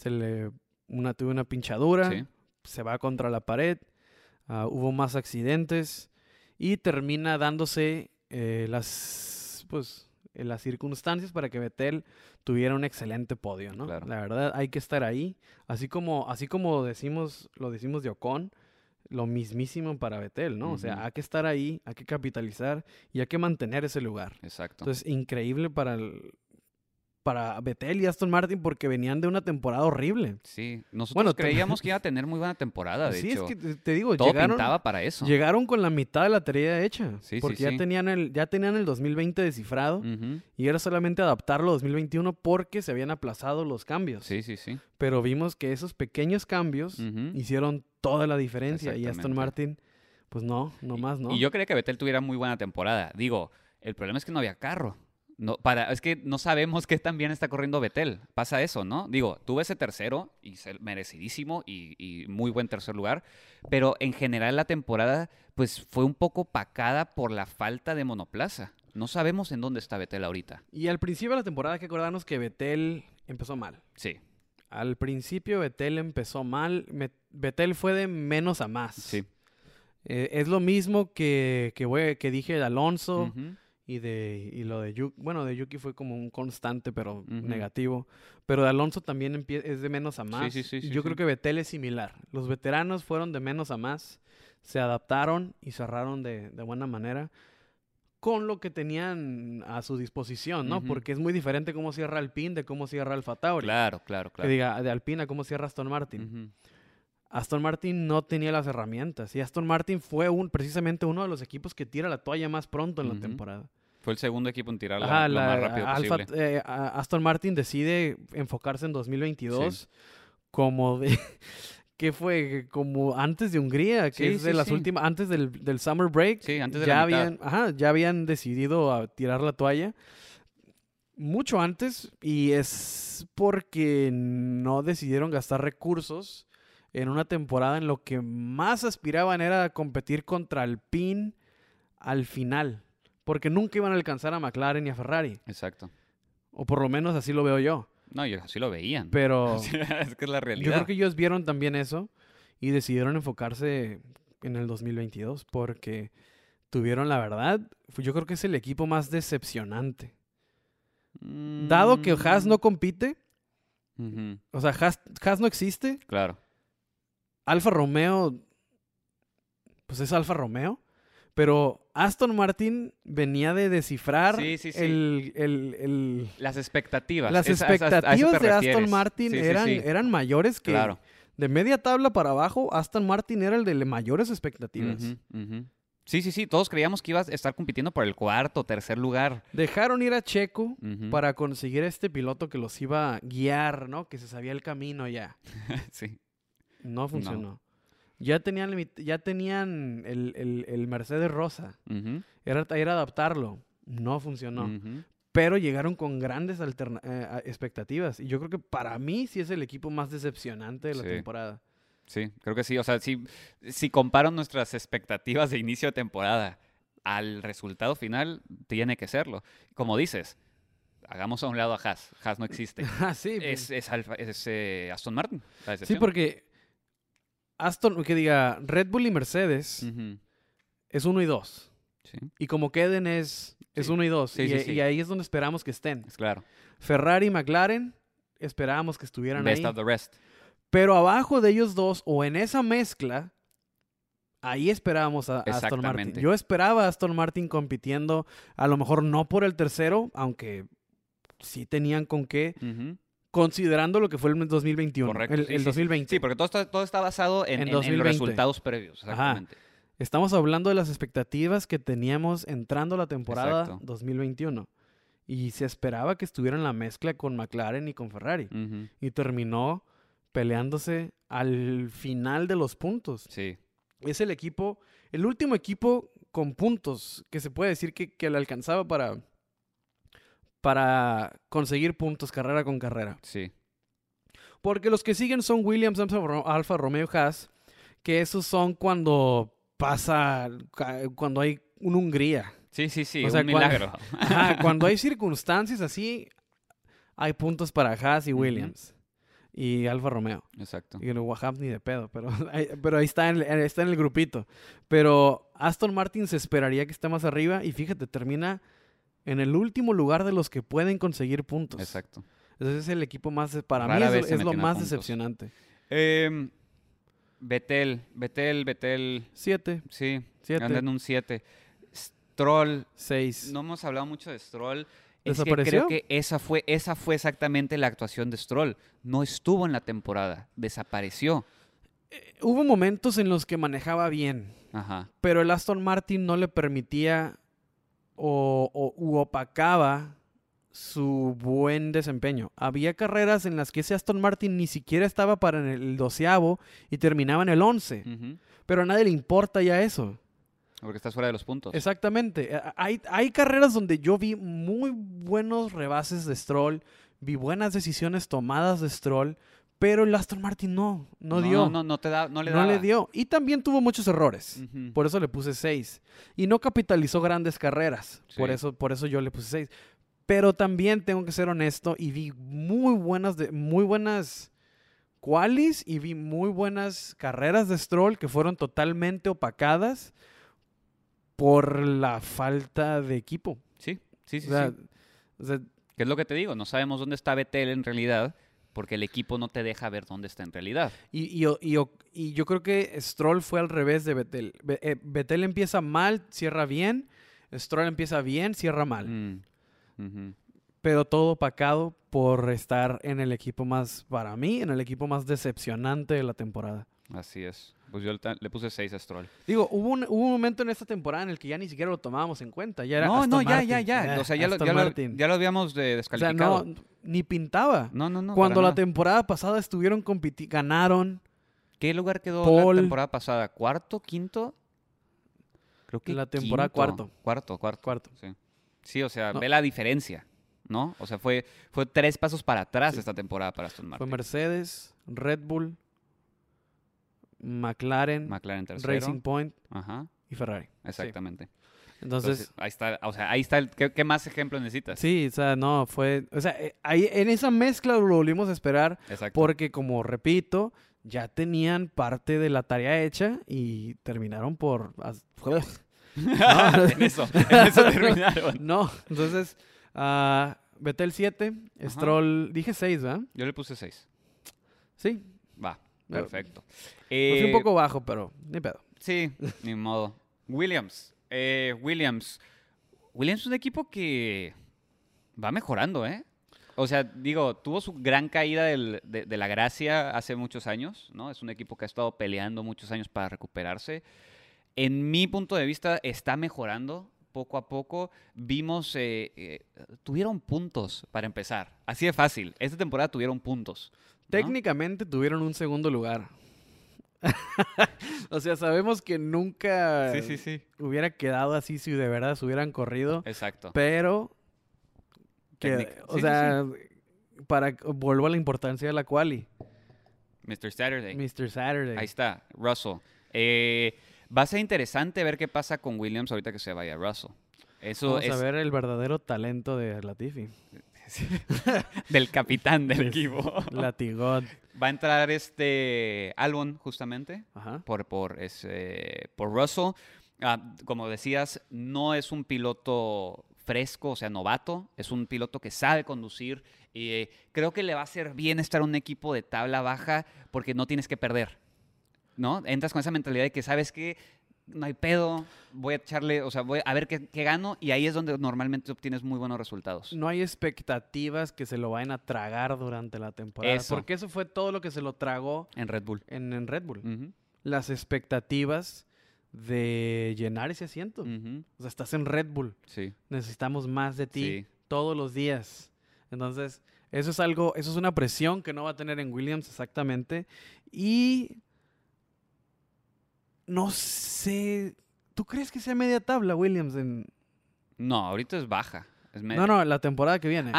A: tuvo una pinchadura,
B: Sí.
A: se va contra la pared, hubo más accidentes y termina dándose las circunstancias para que Vettel tuviera un excelente podio, ¿no?
B: Claro.
A: La verdad, hay que estar ahí. Así como lo decimos de Ocon, lo mismísimo para Vettel, ¿no? O sea,
B: Ujú.
A: hay que estar ahí, hay que capitalizar y hay que mantener ese lugar.
B: Exacto.
A: Entonces, increíble para Vettel y Aston Martin porque venían de una temporada horrible.
B: Sí. Nosotros
A: Bueno,
B: creíamos que iba a tener muy buena temporada, de
A: Sí,
B: hecho.
A: es que te digo,
B: Todo pintaba para eso.
A: llegaron con la mitad de la tarea hecha.
B: Sí, sí,
A: porque
B: sí.
A: ya tenían el 2020 descifrado
B: Ujú.
A: y era solamente adaptarlo a 2021 porque se habían aplazado los cambios.
B: Sí, sí, sí.
A: Pero vimos que esos pequeños cambios
B: Ujú.
A: hicieron toda la diferencia y Aston
B: Exactamente.
A: Martin, pues no más, ¿no?
B: Y yo creía que Vettel tuviera muy buena temporada. Digo, el problema es que no había carro. Es que no sabemos qué tan bien está corriendo Vettel. Pasa eso, ¿no? Digo, tuve ese tercero y merecidísimo y muy buen tercer lugar. Pero en general la temporada pues fue un poco opacada por la falta de monoplaza. No sabemos en dónde está Vettel ahorita.
A: Y al principio de la temporada hay que acordarnos que Vettel empezó mal.
B: Sí,
A: Al principio Vettel empezó mal. Vettel fue de menos a más.
B: sí.
A: Es lo mismo que dije de Alonso.
B: Ujú.
A: Y lo de Yuki, bueno, de Yuki fue como un constante, pero
B: Ujú.
A: negativo. Pero de Alonso también es de menos a más.
B: Sí, sí,
A: Y
B: sí,
A: yo
B: sí.
A: creo que Vettel es similar. Los veteranos fueron de menos a más, se adaptaron y cerraron de buena manera con lo que tenían a su disposición, ¿no?
B: Ujú.
A: Porque es muy diferente cómo cierra Alpine de cómo cierra AlphaTauri.
B: Claro, claro,
A: Que
B: claro.
A: diga, de Alpine a cómo cierra Aston Martin.
B: Ujú.
A: Aston Martin no tenía las herramientas. Y Aston Martin fue precisamente uno de los equipos que tira la toalla más pronto en la
B: Ujú.
A: temporada.
B: Fue el segundo equipo en tirarla
A: Ajá,
B: lo más rápido posible.
A: Aston Martin decide enfocarse en 2022 como de... ¿Qué fue? Como antes de Hungría, que
B: Sí,
A: es de
B: sí,
A: las
B: sí.
A: últimas... Antes del Summer Break.
B: Sí, antes de
A: ya
B: la mitad.
A: ya habían decidido a tirar la toalla. Mucho antes. Y es porque no decidieron gastar recursos en una temporada en lo que más aspiraban era a competir contra Alpine al final. Porque nunca iban a alcanzar a McLaren y a Ferrari.
B: Exacto.
A: O por lo menos así lo veo yo.
B: No, ellos así lo veían.
A: Pero
B: Es que es la
A: yo
B: realidad.
A: creo que ellos vieron también eso y decidieron enfocarse en el 2022 porque tuvieron la verdad. Yo creo que es el equipo más decepcionante. Dado que Haas no compite,
B: Ujú.
A: o sea, Haas no existe,
B: Claro.
A: Alfa Romeo, pues es Alfa Romeo. Pero Aston Martin venía de descifrar
B: Sí, sí, sí. Las expectativas.
A: Las
B: A eso te
A: expectativas de Aston
B: refieres.
A: Martin
B: Sí, sí,
A: eran,
B: sí.
A: eran mayores que...
B: Claro.
A: De media tabla para abajo, Aston Martin era el de mayores expectativas.
B: Ujú, ujú. Sí, sí, sí. Todos creíamos que ibas a estar compitiendo por el cuarto, tercer lugar.
A: Dejaron ir a Checo
B: Ujú.
A: para conseguir este piloto que los iba a guiar, ¿no? Que se sabía el camino ya.
B: Sí.
A: No funcionó. Ya tenían el Mercedes rosa.
B: Ujú,
A: Era adaptarlo. No funcionó.
B: ujú.
A: Pero llegaron con grandes expectativas. Y yo creo que para mí sí es el equipo más decepcionante de la
B: Sí.
A: temporada.
B: Sí, creo que sí. O sea, si comparo nuestras expectativas de inicio de temporada al resultado final, tiene que serlo. Como dices, hagamos a un lado a Haas. Haas no existe.
A: Ah, sí. pues.
B: Es Aston Martin, la
A: Sí,
B: decepción.
A: porque Red Bull y Mercedes
B: Ujú,
A: es 1 y 2.
B: sí,
A: Y como queden es
B: Sí.
A: 1 y 2.
B: Sí, sí, sí.
A: Y ahí es donde esperamos que estén.
B: es claro.
A: Ferrari y McLaren esperábamos que estuvieran
B: Best
A: ahí.
B: of the rest.
A: Pero abajo de ellos dos, o en esa mezcla, ahí esperábamos a Aston Martin.
B: Exactamente.
A: Yo esperaba a Aston Martin compitiendo, a lo mejor no por el tercero, aunque sí tenían con qué,
B: Ujú.
A: considerando lo que fue el 2021.
B: Correcto.
A: El,
B: Sí,
A: el
B: sí.
A: 2020.
B: Sí, porque todo está basado
A: En
B: en los
A: 2020.
B: resultados previos.
A: Ajá.
B: Exactamente.
A: Estamos hablando de las expectativas que teníamos entrando la temporada
B: Exacto.
A: 2021. Y se esperaba que estuviera en la mezcla con McLaren y con Ferrari.
B: Ujú.
A: Y terminó peleándose al final de los puntos.
B: Sí.
A: Es el equipo, el último equipo con puntos que se puede decir que le alcanzaba para conseguir puntos carrera con carrera.
B: Sí.
A: Porque los que siguen son Williams, Alfa Romeo, Haas, que esos son cuando cuando hay una Hungría.
B: Sí, sí, sí.
A: O sea,
B: Un milagro.
A: Ajá, cuando hay circunstancias así, hay puntos para Haas y Williams. Y Alfa Romeo.
B: Exacto.
A: Y el Wahab ni de pedo, pero ahí está está en el grupito. Pero Aston Martin se esperaría que esté más arriba y fíjate, termina en el último lugar de los que pueden conseguir puntos.
B: Exacto.
A: Entonces es el equipo más, para
B: Rara
A: mí
B: vez se
A: es lo
B: meten a
A: más
B: puntos.
A: decepcionante.
B: Vettel.
A: 7,
B: Sí,
A: 7,
B: anda en un 7. Stroll.
A: 6.
B: No hemos hablado mucho de Stroll. Es que
A: ¿Desapareció?
B: creo que esa fue exactamente la actuación de Stroll. No estuvo en la temporada. Desapareció.
A: Hubo momentos en los que manejaba bien,
B: Ajá.
A: pero el Aston Martin no le permitía u opacaba su buen desempeño. Había carreras en las que ese Aston Martin ni siquiera estaba para el 12º y terminaba en el 11.
B: Ujú.
A: Pero a nadie le importa ya eso.
B: Porque estás fuera de los puntos.
A: Exactamente. Hay carreras donde yo vi muy buenos rebases de Stroll, vi buenas decisiones tomadas de Stroll, pero el Aston Martin no dio.
B: No le daba.
A: No le dio. Y también tuvo muchos errores.
B: Ujú.
A: Por eso le puse 6. Y no capitalizó grandes carreras.
B: Sí.
A: Por eso yo le puse 6. Pero también tengo que ser honesto y vi muy buenas qualis y vi muy buenas carreras de Stroll que fueron totalmente opacadas por la falta de equipo.
B: Sí, sí, sí.
A: O sea,
B: Sí.
A: o sea,
B: ¿Qué es lo que te digo? No sabemos dónde está Vettel en realidad porque el equipo no te deja ver dónde está en realidad.
A: y yo creo que Stroll fue al revés de Vettel. Vettel empieza mal, cierra bien. Stroll empieza bien, cierra mal.
B: Mm. Ujú.
A: Pero todo opacado por estar en el equipo más, para mí, en el equipo más decepcionante de la temporada.
B: Así es. Pues yo le puse 6 a Stroll.
A: Digo, hubo un momento en esta temporada en el que ya ni siquiera lo tomábamos en cuenta. Ya era
B: No,
A: Aston Martin.
B: ya. O sea,
A: Aston Martin.
B: ya lo habíamos
A: O sea,
B: descalificado.
A: no, ni pintaba.
B: No,
A: Cuando
B: para
A: la
B: nada.
A: temporada pasada estuvieron compitiendo, ganaron
B: ¿Qué lugar quedó
A: Paul.
B: la temporada pasada? ¿Cuarto? ¿Quinto? Creo que
A: La temporada
B: quinto.
A: cuarto.
B: Cuarto. Sí. Sí, o sea,
A: No.
B: ve la diferencia, ¿no? O sea, fue 3 pasos para atrás esta temporada para Aston
A: Fue
B: Martin.
A: Mercedes, Red Bull, McLaren,
B: McLaren tercero.
A: Racing Point
B: Ajá,
A: y Ferrari.
B: exactamente.
A: Sí. Entonces,
B: ahí está, o sea, ahí está ¿qué más ejemplo necesitas?
A: sí, o sea, no, o sea, ahí en esa mezcla lo volvimos a esperar
B: Exacto.
A: porque, como repito, ya tenían parte de la tarea hecha y terminaron por...
B: en eso terminaron.
A: No, entonces, Vettel 7,
B: Ajá.
A: Stroll, dije 6, ¿verdad?
B: Yo le puse 6.
A: Sí,
B: Va,
A: Pero-
B: perfecto.
A: me fui un poco bajo, pero ni pedo.
B: Sí, ni modo. Williams. Williams es un equipo que va mejorando, ¿eh? O sea, digo, tuvo su gran caída de la gracia hace muchos años, ¿no? Es un equipo que ha estado peleando muchos años para recuperarse. En mi punto de vista, está mejorando poco a poco. Vimos, tuvieron puntos para empezar. Así de fácil. Esta temporada tuvieron puntos. ¿no?
A: Técnicamente tuvieron un segundo lugar. O sea, sabemos que nunca
B: Sí.
A: hubiera quedado así si de verdad se hubieran corrido,
B: Exacto.
A: pero
B: Técnica. Sí,
A: vuelvo a la importancia de la quali.
B: Mr. Saturday.
A: Mr. Saturday.
B: Ahí está, Russell. Va a ser interesante ver qué pasa con Williams ahorita que se vaya Russell. Eso
A: Vamos
B: es
A: a ver el verdadero talento de Latifi.
B: del capitán del equipo.
A: Latigón.
B: Va a entrar Albon justamente
A: Ajá.
B: por Russell. Como decías, no es un piloto fresco, o sea, novato. Es un piloto que sabe conducir. Y creo que le va a hacer bien estar en un equipo de tabla baja porque no tienes que perder, ¿no? Entras con esa mentalidad de que sabes que no hay pedo, voy a echarle, o sea, voy a ver qué gano, y ahí es donde normalmente obtienes muy buenos resultados.
A: No hay expectativas que se lo vayan a tragar durante la temporada.
B: Eso.
A: Porque eso fue todo lo que se lo tragó
B: En Red Bull.
A: en Red Bull.
B: Ujú,
A: Las expectativas de llenar ese asiento.
B: ujú,
A: O sea, estás en Red Bull.
B: sí,
A: Necesitamos más de ti
B: sí.
A: todos los días. Entonces, eso es algo, eso es una presión que no va a tener en Williams exactamente. Y no sé, ¿tú crees que sea media tabla Williams en...
B: No, ahorita es baja. Es
A: No, la temporada que viene.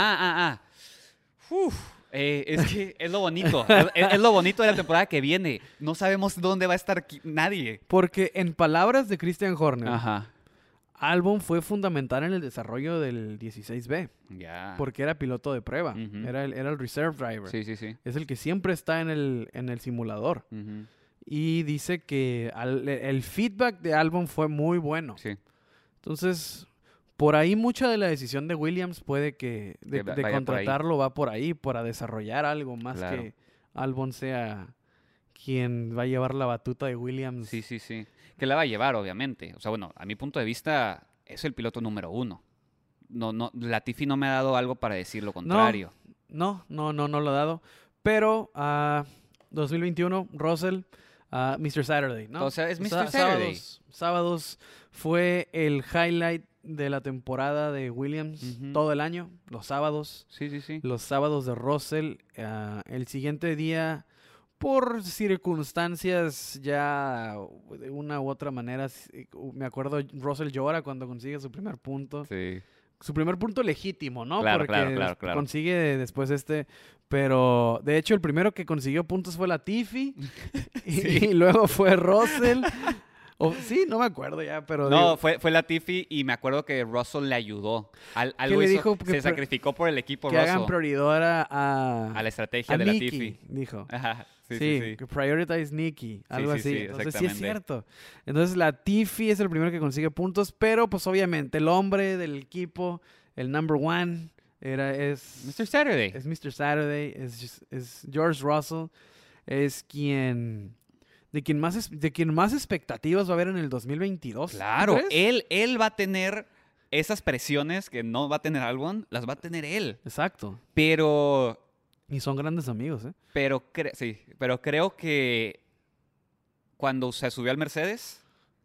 B: Uf, es que es lo bonito. Es lo bonito de la temporada que viene. No sabemos dónde va a estar nadie.
A: Porque en palabras de Christian Horner,
B: Ajá.
A: Albon fue fundamental en el desarrollo del 16B.
B: Ya.
A: Porque era piloto de prueba.
B: Ujú.
A: Era el reserve driver.
B: Sí, sí, sí.
A: Es el que siempre está en el simulador.
B: Ujú.
A: Y dice que el feedback de Albon fue muy bueno.
B: Sí.
A: Entonces, por ahí mucha de la decisión de Williams puede que de
B: vaya por ahí.
A: contratarlo va por ahí, para desarrollar algo más
B: Claro.
A: que Albon sea quien va a llevar la batuta de Williams.
B: Sí, sí, sí. Que la va a llevar, obviamente. O sea, bueno, a mi punto de vista, es el piloto número 1. No, Latifi no me ha dado algo para decir lo contrario.
A: No lo ha dado. Pero 2021, Russell, Mr. Saturday, ¿no?
B: O sea, es Mr. Saturday.
A: Sábados fue el highlight de la temporada de Williams
B: Ujú.
A: todo el año, los sábados.
B: Sí, sí, sí.
A: Los sábados de Russell. El siguiente día, por circunstancias ya de una u otra manera, me acuerdo, Russell llora cuando consigue su primer punto.
B: Sí.
A: Su primer punto legítimo, ¿no?
B: Claro,
A: Porque
B: claro.
A: consigue después pero de hecho el primero que consiguió puntos fue Latifi y luego fue Russell. Sí, no me acuerdo ya, pero...
B: No, fue Latifi, y me acuerdo que Russell le ayudó. Algo
A: le
B: hizo,
A: dijo
B: se sacrificó por el equipo
A: que
B: Russell.
A: hagan prioridad
B: A la estrategia de
A: Nicky,
B: Latifi.
A: dijo.
B: Ajá, sí.
A: Que prioritize Nicky, algo
B: sí,
A: así.
B: sí,
A: Entonces sí es
B: exactamente.
A: cierto. Entonces Latifi es el primero que consigue puntos, pero pues obviamente el hombre del equipo, el number one, es
B: Mr. Saturday.
A: Mr. Saturday, es George Russell, es de quien más expectativas va a haber en el 2022.
B: Claro,
A: ¿tú crees?
B: él va a tener esas presiones que no va a tener Albon, las va a tener él.
A: Exacto.
B: Pero
A: Y son grandes amigos, ¿eh?
B: pero creo que cuando se subió al Mercedes,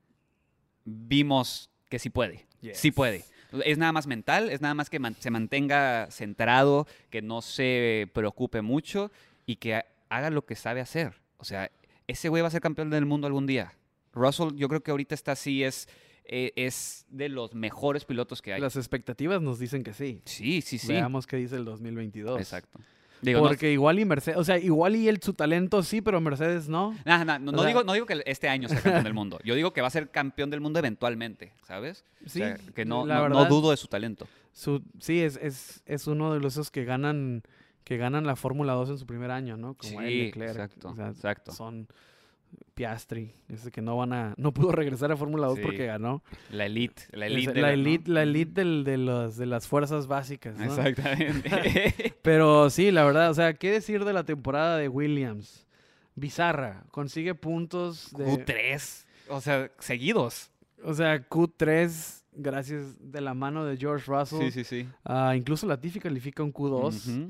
B: vimos que sí puede.
A: Yes.
B: Sí puede. Es nada más mental, es nada más que se mantenga centrado, que no se preocupe mucho y que haga lo que sabe hacer. O sea, ese güey va a ser campeón del mundo algún día. Russell, yo creo que ahorita está así, es de los mejores pilotos que hay.
A: Las expectativas nos dicen que sí.
B: Sí.
A: Veamos qué dice el 2022.
B: Exacto. Digo, no-
A: Porque igual y Mercedes, o sea, igual y su talento sí, pero Mercedes no.
B: No
A: O sea-
B: digo que este año sea campeón del mundo. Yo digo que va a ser campeón del mundo eventualmente, ¿sabes?
A: Sí,
B: O sea, que no
A: la verdad,
B: dudo de su talento.
A: Sí, es uno de esos que ganan la Fórmula 2 en su primer año, ¿no? Como
B: Sí,
A: él, Leclerc.
B: exacto,
A: O sea,
B: exacto.
A: son Piastri, ese que no pudo regresar a Fórmula 2
B: Sí.
A: porque ganó.
B: La elite. La
A: Es
B: elite.
A: la elite de las fuerzas básicas, ¿no?
B: Exactamente.
A: Pero sí, la verdad, o sea, ¿qué decir de la temporada de Williams? Bizarra, consigue puntos de...
B: Q3. O sea, seguidos.
A: O sea, Q3, gracias de la mano de George Russell.
B: Sí.
A: Incluso Latifi califica un Q2.
B: Ujú.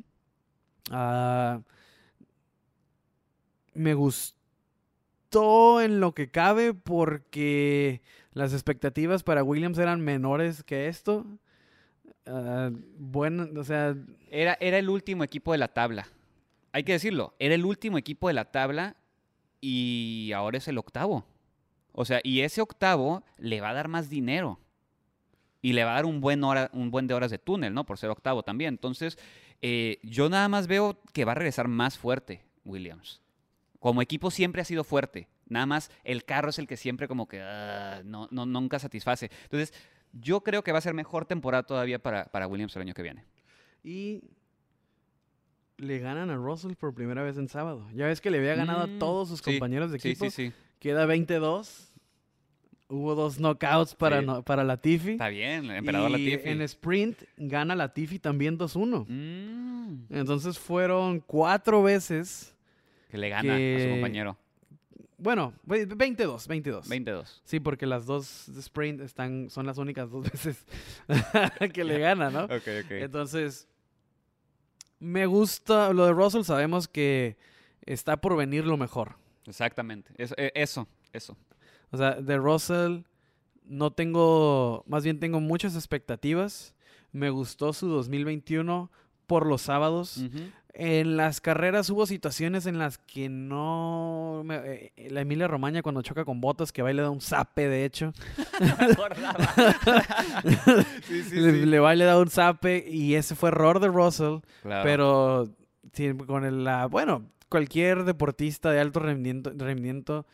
A: Me gustó en lo que cabe porque las expectativas para Williams eran menores que esto. Bueno, o sea,
B: Era el último equipo de la tabla. Hay que decirlo. Era el último equipo de la tabla y ahora es el octavo. O sea, y ese octavo le va a dar más dinero. Y le va a dar un buen de horas de túnel, ¿no? Por ser octavo también. Entonces, yo nada más veo que va a regresar más fuerte Williams. Como equipo siempre ha sido fuerte. Nada más el carro es el que siempre como que nunca satisface. Entonces, yo creo que va a ser mejor temporada todavía para Williams el año que viene.
A: y le ganan a Russell por primera vez en sábado. Ya ves que le había ganado a todos sus
B: sí,
A: compañeros de equipo.
B: Sí.
A: Queda 22. Hubo 2 knockouts para,
B: Sí.
A: para Latifi.
B: Está bien, el emperador
A: y
B: Latifi.
A: en sprint gana Latifi también 2-1.
B: Mm,
A: Entonces fueron 4 veces
B: que le gana a su compañero.
A: Bueno, 22.
B: 22.
A: Sí, porque las dos de sprint son las únicas 2 veces que le gana, ¿no?
B: Ok.
A: Entonces, me gusta. Lo de Russell sabemos que está por venir lo mejor.
B: Exactamente. Eso.
A: O sea, de Russell más bien tengo muchas expectativas. Me gustó su 2021 por los sábados.
B: Ujú.
A: En las carreras hubo situaciones en las que no... la Emilia Romagna cuando choca con Bottas, que va y le da un zape, de hecho.
B: Me acordaba. Sí.
A: Le va y le da un zape y ese fue error de Russell.
B: Claro.
A: Pero sí, bueno, cualquier deportista de alto rendimiento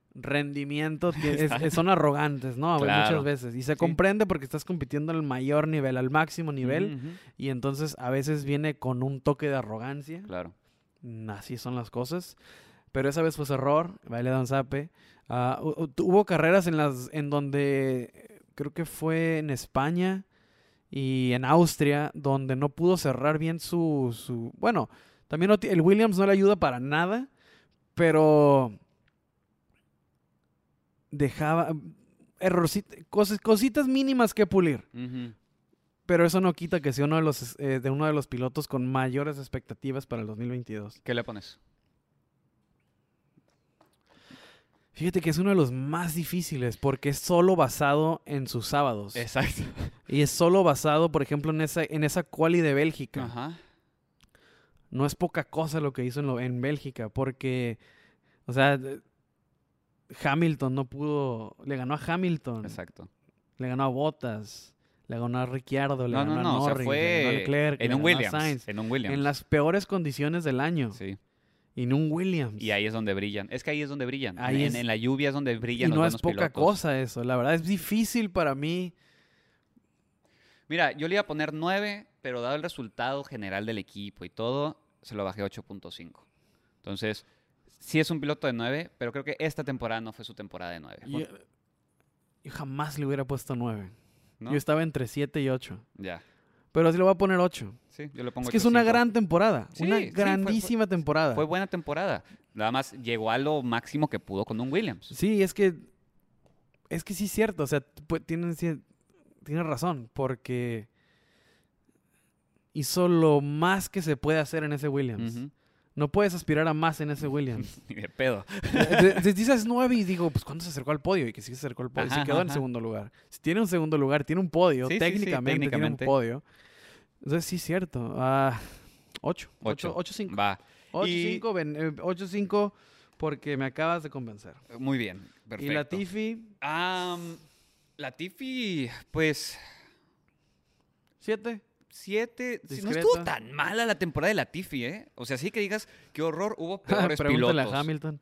A: son arrogantes, ¿no?
B: Claro.
A: Muchas veces. Y se
B: Sí.
A: comprende porque estás compitiendo al mayor nivel, al máximo nivel.
B: Ujú.
A: Y entonces a veces viene con un toque de arrogancia.
B: Claro.
A: Así son las cosas. Pero esa vez fue su error. Baile de un zape. Hubo carreras en donde creo que fue en España y en Austria, donde no pudo cerrar bien bueno, también el Williams no le ayuda para nada, pero dejaba cositas mínimas que pulir.
B: Ujú.
A: Pero eso no quita que sea uno de los pilotos con mayores expectativas para el 2022.
B: ¿Qué le pones?
A: Fíjate que es uno de los más difíciles porque es solo basado en sus sábados.
B: Exacto.
A: Y es solo basado, por ejemplo, en esa quali de Bélgica.
B: Ajá.
A: No es poca cosa lo que hizo en Bélgica porque, o sea, Hamilton no pudo... Le ganó a Hamilton.
B: Exacto.
A: Le ganó a Bottas. Le ganó a Ricciardo. Le ganó a
B: No. O sea,
A: Norris. Le ganó a
B: fue
A: Leclerc.
B: en
A: le
B: un
A: ganó a
B: Williams.
A: Sainz.
B: En un Williams.
A: En las peores condiciones del año.
B: Sí.
A: Y en un Williams.
B: Y ahí es donde brillan. Es que ahí es donde brillan.
A: Ahí
B: en la lluvia es donde brillan
A: Y
B: los
A: no es
B: buenos
A: poca
B: pilotos.
A: cosa eso. La verdad es difícil para mí.
B: Mira, yo le iba a poner 9, pero dado el resultado general del equipo y todo, se lo bajé a 8.5. Entonces, sí es un piloto de 9, pero creo que esta temporada no fue su temporada de 9.
A: Yo jamás le hubiera puesto 9.
B: ¿No?
A: Yo estaba entre 7 y 8.
B: Ya.
A: Pero sí le voy a poner 8.
B: Sí, yo le pongo
A: Es que es una
B: 8.5.
A: gran temporada.
B: Sí,
A: Una
B: sí,
A: grandísima temporada.
B: Fue buena temporada. Nada más llegó a lo máximo que pudo con un Williams.
A: Sí, es que sí es cierto. O sea, tienes razón. Porque hizo lo más que se puede hacer en ese Williams.
B: Ujú.
A: No puedes aspirar a más en ese Williams.
B: Ni de pedo.
A: Dices 9 y digo, pues ¿cuándo se acercó al podio? Y que sí se acercó al podio.
B: Ajá,
A: Se quedó en
B: ajá.
A: segundo lugar. Si tiene un segundo lugar, tiene un podio.
B: Sí, sí, sí,
A: técnicamente tiene un
B: técnicamente.
A: podio. Entonces sí es cierto. 8. 8-5.
B: Va.
A: 8-5. 8-5 porque me acabas de convencer.
B: Muy bien. Perfecto.
A: Y Latifi,
B: Latifi, pues
A: 7.
B: 7. No
A: Discreto.
B: estuvo tan mala la temporada de Latifi, ¿eh? O sea, sí que digas, qué horror, hubo peores
A: Pregúntale
B: pilotos.
A: a Hamilton.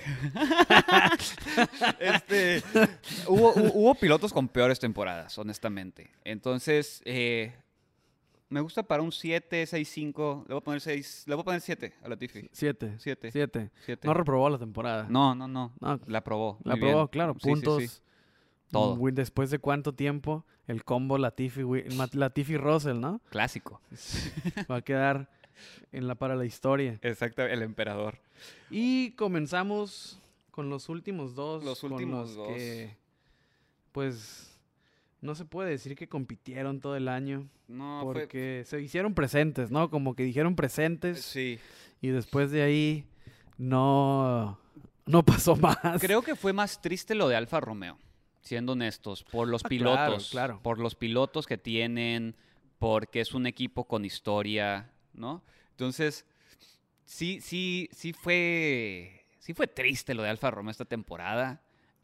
B: Hubo pilotos con peores temporadas, honestamente. Entonces, me gusta para un 7, 6, 5. Le voy a poner 6. Le voy a poner 7 a Latifi.
A: 7.
B: 7.
A: 7.
B: 7.
A: No reprobó la temporada.
B: No.
A: No,
B: La aprobó.
A: la
B: muy bien.
A: aprobó, claro.
B: Sí,
A: Puntos.
B: sí. Todo.
A: Después de cuánto tiempo, el combo Latifi-Russell, ¿no?
B: Clásico.
A: Va a quedar para la historia.
B: Exacto, el emperador.
A: Y comenzamos con los últimos dos.
B: Los
A: con
B: últimos
A: los
B: dos.
A: que, pues, no se puede decir que compitieron todo el año.
B: No,
A: Porque se hicieron presentes, ¿no? Como que dijeron presentes.
B: Sí.
A: Y después de ahí no pasó más.
B: Creo que fue más triste lo de Alfa Romeo, siendo honestos, por los pilotos.
A: Claro.
B: Por los pilotos que tienen, porque es un equipo con historia, ¿no? Entonces, sí fue triste lo de Alfa Romeo esta temporada.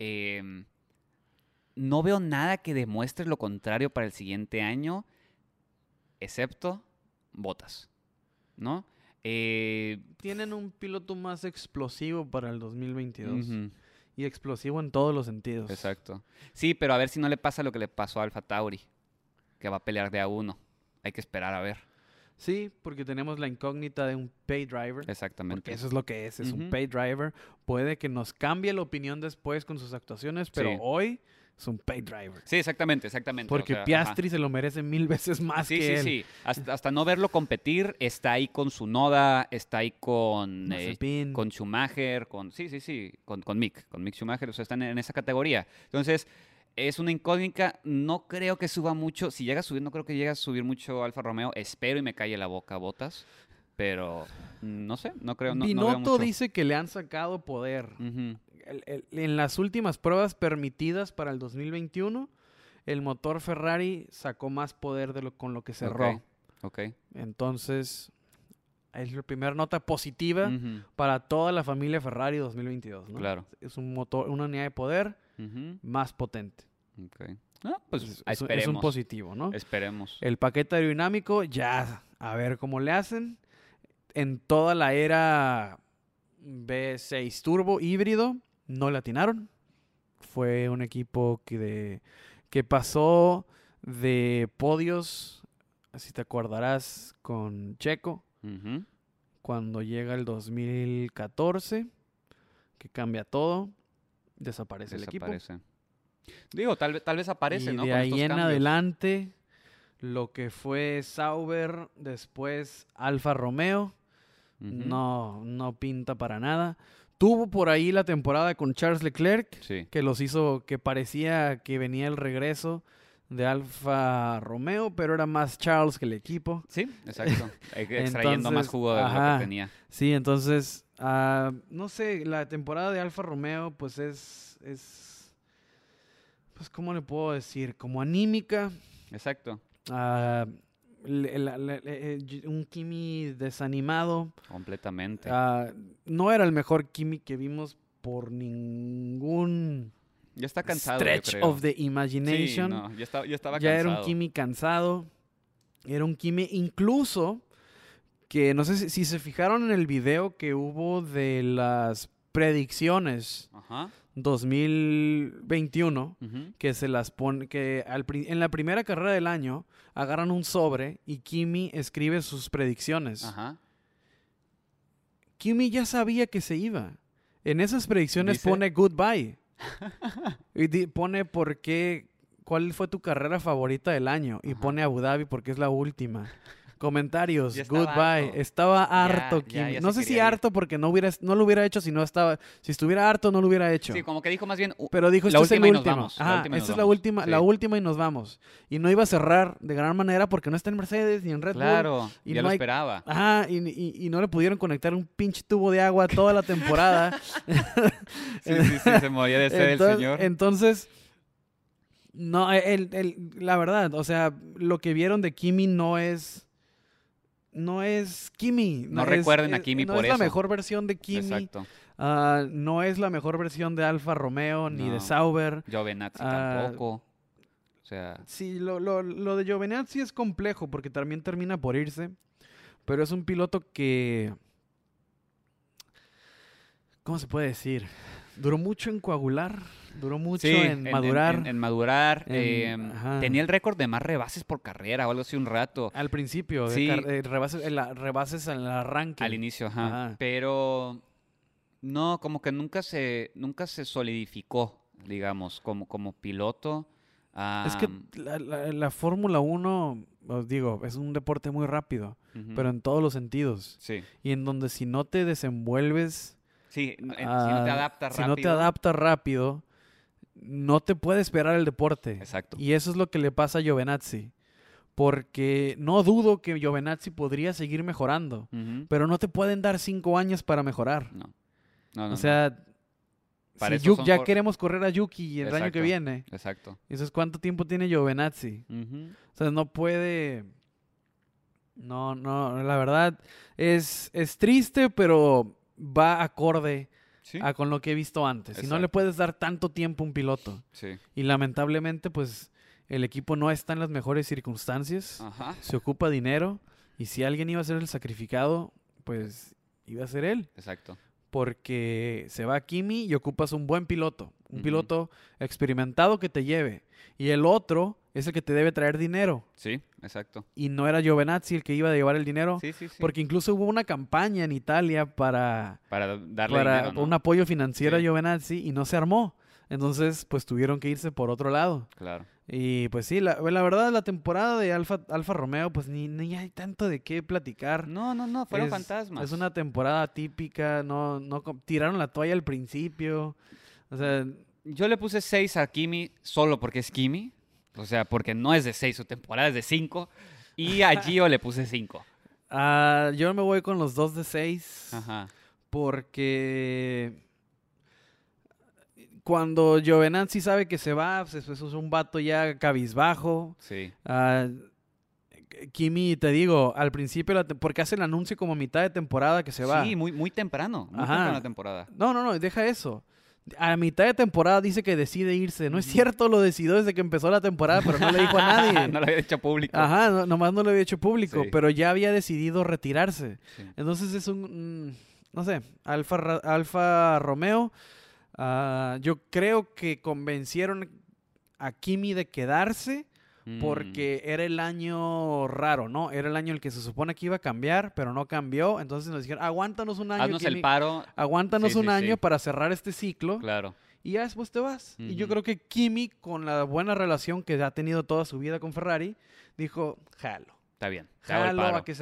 B: No veo nada que demuestre lo contrario para el siguiente año, excepto Bottas, ¿no?
A: Tienen un piloto más explosivo para el 2022.
B: Ujú.
A: Y explosivo en todos los sentidos.
B: Exacto. Sí, pero a ver si no le pasa lo que le pasó a Alfa Tauri, que va a pelear de a uno. Hay que esperar a ver.
A: Sí, porque tenemos la incógnita de un pay driver.
B: Exactamente.
A: Porque eso es lo que es un
B: Ujú.
A: pay driver. Puede que nos cambie la opinión después con sus actuaciones, pero
B: Sí.
A: hoy es un pay driver.
B: Sí, exactamente.
A: Porque
B: o sea,
A: Piastri se lo merece 1000 veces más que él.
B: Sí. Hasta no verlo competir, está ahí con Tsunoda, está ahí
A: Mazepin.
B: con Schumacher, con Mick Schumacher, o sea, están en esa categoría. Entonces, es una incógnita, no creo que suba mucho, si llega a subir, no creo que llegue a subir mucho Alfa Romeo, espero y me calle la boca Bottas, pero no sé, no creo, no veo
A: Binotto
B: mucho.
A: dice que le han sacado poder.
B: Ujú.
A: En las últimas pruebas permitidas para el 2021, el motor Ferrari sacó más poder con lo que cerró.
B: Ok.
A: Entonces, es la primera nota positiva
B: Ujú.
A: para toda la familia Ferrari 2022, ¿no?
B: Claro.
A: Es un motor, una unidad de poder
B: Ujú.
A: más potente.
B: Ok. No, pues
A: Es
B: esperemos.
A: un positivo, ¿no?
B: Esperemos.
A: El paquete aerodinámico, ya a ver cómo le hacen. En toda la era V6 turbo híbrido, no le atinaron. Fue un equipo que pasó de podios, si te acordarás, con Checo,
B: Ujú.
A: cuando llega el 2014, que cambia todo, desaparece el equipo.
B: Digo, tal vez aparece,
A: Y
B: ¿no?
A: de
B: Con
A: ahí
B: estos
A: en
B: cambios.
A: adelante, lo que fue Sauber, después Alfa Romeo,
B: Ujú.
A: no pinta para nada. Tuvo por ahí la temporada con Charles Leclerc,
B: Sí.
A: que los hizo, que parecía que venía el regreso de Alfa Romeo, pero era más Charles que el equipo.
B: Sí, exacto. Extrayendo más
A: Entonces,
B: jugo de lo
A: ajá.
B: que tenía.
A: Sí, entonces, no sé, la temporada de Alfa Romeo, pues pues, ¿cómo le puedo decir? Como anímica.
B: Exacto.
A: Un Kimi desanimado.
B: Completamente.
A: No era el mejor Kimi que vimos por ningún
B: Ya está cansado,
A: stretch
B: yo creo.
A: of the
B: Sí,
A: imagination.
B: no, ya estaba
A: Ya
B: cansado.
A: era un Kimi cansado. Era un Kimi incluso que no sé si se fijaron en el video que hubo de las predicciones
B: Ajá.
A: 2021,
B: Ujú.
A: que se las pone, que en la primera carrera del año agarran un sobre y Kimi escribe sus predicciones.
B: Ajá.
A: Kimi ya sabía que se iba. En esas predicciones
B: ¿Dice?
A: pone goodbye. Y pone cuál fue tu carrera favorita del año. Y
B: Ajá.
A: pone Abu Dhabi porque es la última. Comentarios,
B: Ya estaba
A: goodbye.
B: harto.
A: Estaba harto,
B: Ya
A: Kimi.
B: se
A: No sé si
B: quería ir.
A: harto porque no lo hubiera hecho si estuviera harto, no lo hubiera hecho.
B: Sí, como que dijo más bien.
A: Pero dijo,
B: la
A: esta es
B: última y
A: el
B: nos
A: último.
B: vamos, la
A: Ajá,
B: última y
A: esta
B: nos
A: es la
B: vamos.
A: última,
B: Sí.
A: la última y nos vamos. Y no iba a cerrar de gran manera porque no está en Mercedes ni en Red Bull.
B: Claro,
A: Y
B: ya
A: no
B: lo
A: hay-
B: esperaba.
A: Ajá, y no le pudieron conectar un pinche tubo de agua toda la temporada.
B: Sí, se moría de sed el señor.
A: Entonces, no, la verdad, o sea, lo que vieron de Kimi no es Kimi.
B: No recuerden a Kimi
A: no
B: por
A: es
B: eso.
A: la mejor versión de Kimi.
B: Exacto.
A: No es la mejor versión de Alfa Romeo ni de
B: No.
A: Sauber.
B: Giovinazzi
A: Ah,
B: tampoco. O sea,
A: Sí, lo de Giovinazzi es complejo porque también termina por irse. Pero es un piloto que... ¿Cómo se puede decir? Duró mucho en coagular. Duró mucho
B: sí,
A: en madurar.
B: en madurar.
A: Ajá.
B: Tenía el récord de más rebases por carrera o algo así un rato.
A: Al principio,
B: Sí.
A: rebases al arranque.
B: Al inicio, ajá.
A: Ajá.
B: Pero no, como que nunca se solidificó, digamos, como piloto.
A: Es que la Fórmula 1, os digo, es un deporte muy rápido,
B: Ujú.
A: pero en todos los sentidos.
B: Sí.
A: Y en donde si no te desenvuelves,
B: Sí, si no te adaptas
A: si
B: rápido.
A: no te adaptas rápido, no te puede esperar el deporte.
B: Exacto.
A: Y eso es lo que le pasa a Giovinazzi. Porque no dudo que Giovinazzi podría seguir mejorando,
B: Ujú.
A: pero no te pueden dar 5 años para mejorar.
B: No. No.
A: O sea,
B: Para
A: si
B: eso son
A: ya queremos correr a Yuki el año que
B: Exacto.
A: viene.
B: Exacto.
A: Entonces, ¿cuánto tiempo tiene Giovinazzi?
B: Ujú.
A: O sea, no puede... No, la verdad es triste, pero va acorde
B: Sí.
A: con lo que he visto antes. Si no le
B: Exacto.
A: puedes dar tanto tiempo a un piloto.
B: Sí.
A: Y lamentablemente, pues, el equipo no está en las mejores circunstancias.
B: Ajá.
A: Se ocupa dinero. Y si alguien iba a ser el sacrificado, pues, iba a ser él.
B: Exacto.
A: Porque se va Kimi y ocupas un buen piloto. Un
B: Ujú.
A: piloto experimentado que te lleve. Y el otro es el que te debe traer dinero.
B: Sí, exacto.
A: Y no era Giovinazzi el que iba a llevar el dinero.
B: Sí.
A: Porque incluso hubo una campaña en Italia para
B: Para darle dinero, ¿no?
A: un apoyo financiero
B: Sí.
A: a Giovinazzi y no se armó. Entonces, pues tuvieron que irse por otro lado.
B: Claro.
A: Y pues sí, la verdad, la temporada de Alfa Romeo, pues ni hay tanto de qué platicar.
B: No, fueron fantasmas.
A: Es una temporada típica, tiraron la toalla al principio. O sea,
B: Yo le puse 6 a Kimi solo porque es Kimi. O sea, porque no es de 6 su temporada, es de 5. Y a Gio le puse 5.
A: yo me voy con los 2 de 6.
B: Ajá.
A: Porque cuando Giovinazzi sabe que se va, pues eso es un vato ya cabizbajo.
B: Sí.
A: Kimi, te digo, al principio, porque hace el anuncio como a mitad de temporada que se va.
B: Sí, muy temprano. Muy
A: Ajá.
B: temprano la temporada.
A: No, deja eso. A mitad de temporada dice que decide irse. No es cierto, lo decidió desde que empezó la temporada, pero no le dijo a nadie.
B: No lo había hecho público.
A: Ajá, nomás no lo había hecho público,
B: Sí.
A: pero ya había decidido retirarse.
B: Sí.
A: Entonces es no sé, Alfa Romeo. Yo creo que convencieron a Kimi de quedarse porque era el año raro, ¿no? Era el año en el que se supone que iba a cambiar, pero no cambió. Entonces nos dijeron, aguántanos un año,
B: Haznos
A: Kimi.
B: el paro.
A: Aguántanos
B: Sí,
A: un
B: sí,
A: año
B: sí.
A: para cerrar este ciclo
B: Claro.
A: y ya después te vas. Y yo
B: Ujú.
A: creo que Kimi, con la buena relación que ha tenido toda su vida con Ferrari, dijo, jalo.
B: Está bien. Te hago el
A: Jalo,
B: paro.
A: hay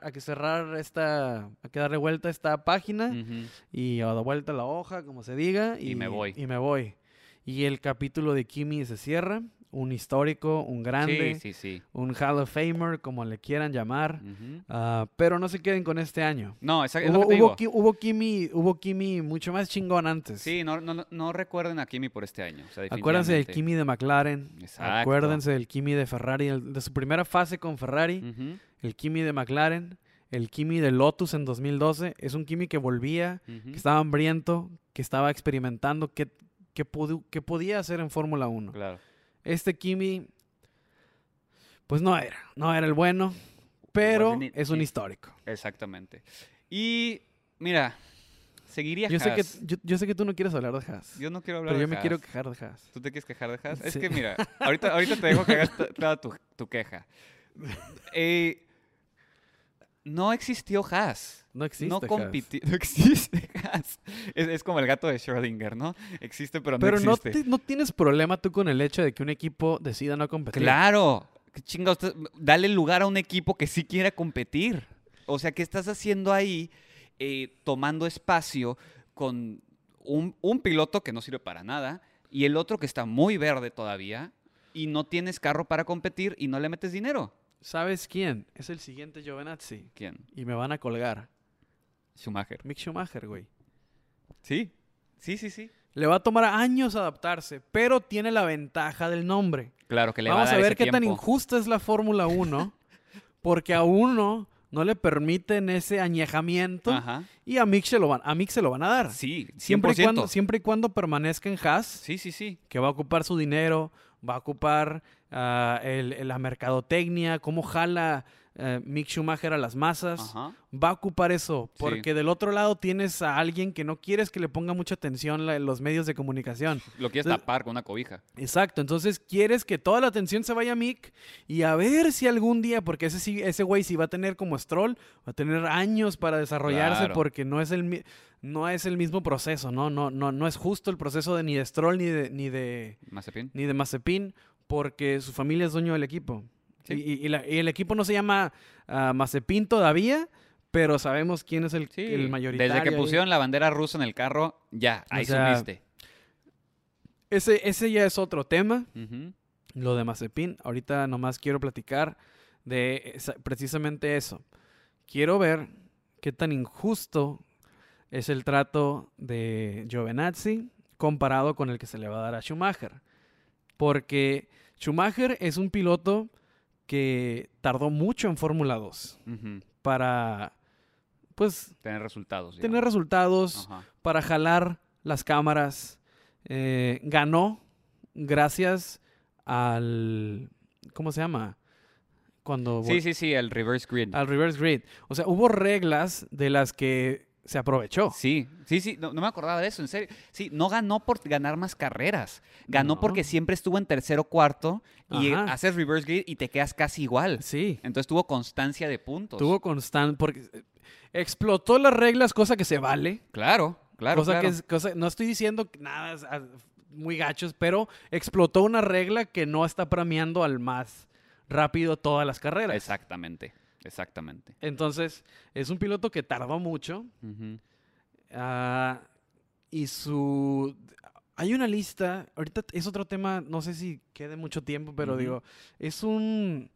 A: que darle vuelta a esta página
B: Ujú.
A: y a dar vuelta la hoja, como se diga.
B: Y me voy.
A: Y me voy. Y el capítulo de Kimi se cierra. Un histórico, un grande,
B: Sí.
A: un Hall of Famer, como le quieran llamar.
B: Ujú.
A: Pero no se queden con este año.
B: No, es lo que te digo.
A: Hubo Kimi mucho más chingón antes.
B: Sí, no recuerden a Kimi por este año. O sea,
A: Acuérdense del
B: definitivamente.
A: Kimi de McLaren.
B: Exacto.
A: Acuérdense del Kimi de Ferrari, de su primera fase con Ferrari.
B: Ujú,
A: El Kimi de McLaren. El Kimi de Lotus en 2012. Es un Kimi que volvía,
B: ujú.
A: que estaba hambriento, que estaba experimentando, que podía hacer en Fórmula 1.
B: Claro.
A: Este Kimi, pues no era el bueno, pero
B: Wasn't it?
A: es un
B: Sí.
A: histórico.
B: Exactamente. Y mira, seguiría
A: Yo sé
B: Haas.
A: yo sé que tú no quieres hablar de Haas,
B: Yo no quiero hablar
A: pero
B: de
A: yo me
B: Haas.
A: quiero quejar de Haas.
B: ¿Tú te quieres quejar de Haas? Es
A: Sí.
B: que mira, ahorita te dejo que hagas toda tu queja. No existió Haas.
A: No existe
B: No
A: Haas.
B: compitió. No existe Haas. Es como el gato de Schrödinger, ¿no? Existe, pero no
A: Pero
B: existe.
A: no tienes problema tú con el hecho de que un equipo decida no competir.
B: Claro. ¿Qué chingados? Dale lugar a un equipo que sí quiera competir. O sea, ¿qué estás haciendo ahí tomando espacio con un piloto que no sirve para nada y el otro que está muy verde todavía y no tienes carro para competir y no le metes dinero?
A: ¿Sabes quién? Es el siguiente Giovinazzi.
B: ¿Quién?
A: Y me van a colgar.
B: Schumacher.
A: Mick Schumacher, güey.
B: Sí. Sí.
A: Le va a tomar años adaptarse, pero tiene la ventaja del nombre.
B: Claro que le va
A: Vamos
B: a dar
A: ver
B: ese
A: qué tan
B: tiempo.
A: injusta es la Fórmula 1, porque a uno no le permiten ese añejamiento
B: Aja.
A: y a Mick se lo van a dar.
B: Sí, 100%.
A: Siempre y cuando permanezca en Haas,
B: Sí.
A: que va a ocupar su dinero, va a ocupar la mercadotecnia, cómo jala Mick Schumacher a las masas.
B: Ajá.
A: Va a ocupar eso,
B: Sí.
A: porque del otro lado tienes a alguien que no quieres que le ponga mucha atención los medios de comunicación.
B: Lo quieres
A: Entonces-
B: tapar con una cobija.
A: Exacto, entonces quieres que toda la atención se vaya a Mick y a ver si algún día, porque ese güey sí va a tener como Stroll, va a tener años para desarrollarse
B: Claro.
A: porque no es el mismo proceso, no es justo el proceso ni de Stroll ni de Mazepin, porque su familia es dueño del equipo.
B: Sí.
A: Y el equipo no se llama Mazepin todavía, pero sabemos quién es el mayoritario.
B: Desde que
A: ahí.
B: pusieron la bandera rusa en el carro, ya, ahí
A: O sea,
B: subiste.
A: Ese ya es otro tema.
B: Ujú.
A: Lo de Mazepin, ahorita nomás quiero platicar de precisamente eso. Quiero ver qué tan injusto es el trato de Giovinazzi comparado con el que se le va a dar a Schumacher. Porque Schumacher es un piloto que tardó mucho en Fórmula 2
B: Ujú.
A: para, pues,
B: Tener resultados.
A: tener
B: digamos.
A: resultados,
B: Ajá.
A: para jalar las cámaras. Ganó gracias al... ¿Cómo se llama? Cuando
B: Sí, el reverse grid.
A: al reverse grid. O sea, hubo reglas de las que se aprovechó.
B: Sí, no me acordaba de eso, en serio. Sí, no ganó por ganar más carreras. Ganó
A: No.
B: porque siempre estuvo en tercero o cuarto y
A: Ajá.
B: haces reverse grid y te quedas casi igual.
A: Sí.
B: Entonces tuvo constancia de puntos.
A: Tuvo constante... Porque explotó las reglas, cosa que se vale.
B: Claro.
A: No estoy diciendo que nada... muy gachos, pero explotó una regla que no está premiando al más rápido todas las carreras.
B: Exactamente.
A: Entonces, es un piloto que tardó mucho.
B: Ujú.
A: Y su... Hay una lista, ahorita es otro tema, no sé si quede mucho tiempo, pero
B: Ujú.
A: digo, es un...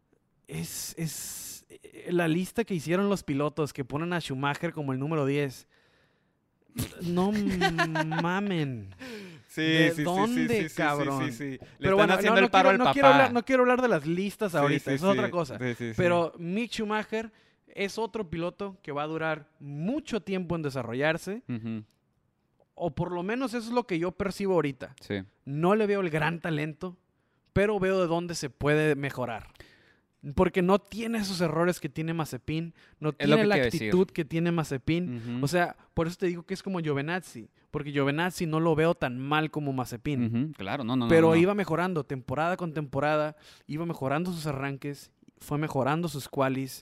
A: Es la lista que hicieron los pilotos que ponen a Schumacher como el número 10. No mamen. ¿De dónde, cabrón?
B: Le
A: Pero
B: están
A: bueno,
B: haciendo el paro al papá.
A: no quiero hablar de las listas ahorita,
B: Sí,
A: eso es otra
B: sí.
A: cosa.
B: Sí.
A: Pero Mick Schumacher es otro piloto que va a durar mucho tiempo en desarrollarse,
B: Ujú.
A: o por lo menos eso es lo que yo percibo ahorita.
B: Sí.
A: No le veo el gran talento, pero veo de dónde se puede mejorar. Porque no tiene esos errores que tiene Mazepin, no
B: Es lo
A: tiene
B: que
A: la
B: te iba a
A: actitud
B: decir.
A: que tiene Mazepin.
B: Ujú.
A: O sea, por eso te digo que es como Giovinazzi, porque Giovinazzi no lo veo tan mal como Mazepin.
B: Ujú. Claro, no.
A: Pero
B: no.
A: iba mejorando temporada con temporada, iba mejorando sus arranques, fue mejorando sus qualis.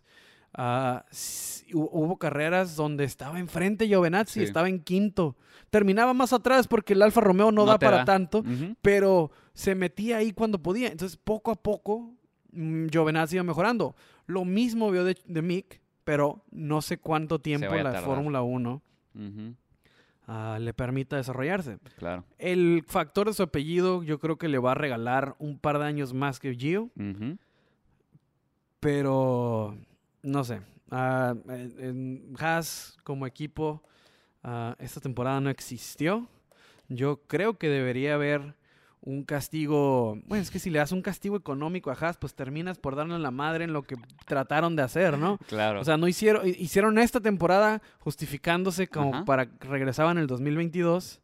A: Hubo carreras donde estaba enfrente Giovinazzi,
B: Sí.
A: estaba en quinto. Terminaba más atrás porque el Alfa Romeo no da
B: te
A: para
B: da.
A: tanto,
B: Ujú.
A: pero se metía ahí cuando podía. Entonces, poco a poco, Giovinazzi iba mejorando. Lo mismo veo de Mick, pero no sé cuánto tiempo
B: vaya a
A: la
B: tardar.
A: Fórmula 1
B: Ujú.
A: le permita desarrollarse.
B: Claro.
A: El factor de su apellido yo creo que le va a regalar un par de años más que Gio,
B: Ujú.
A: pero no sé. En Haas como equipo esta temporada no existió. Yo creo que debería haber un castigo. Bueno, es que si le das un castigo económico a Haas, pues terminas por darle la madre en lo que trataron de hacer, ¿no?
B: Claro.
A: O sea, no hicieron esta temporada justificándose como
B: Ajá.
A: para que regresaban en el 2022.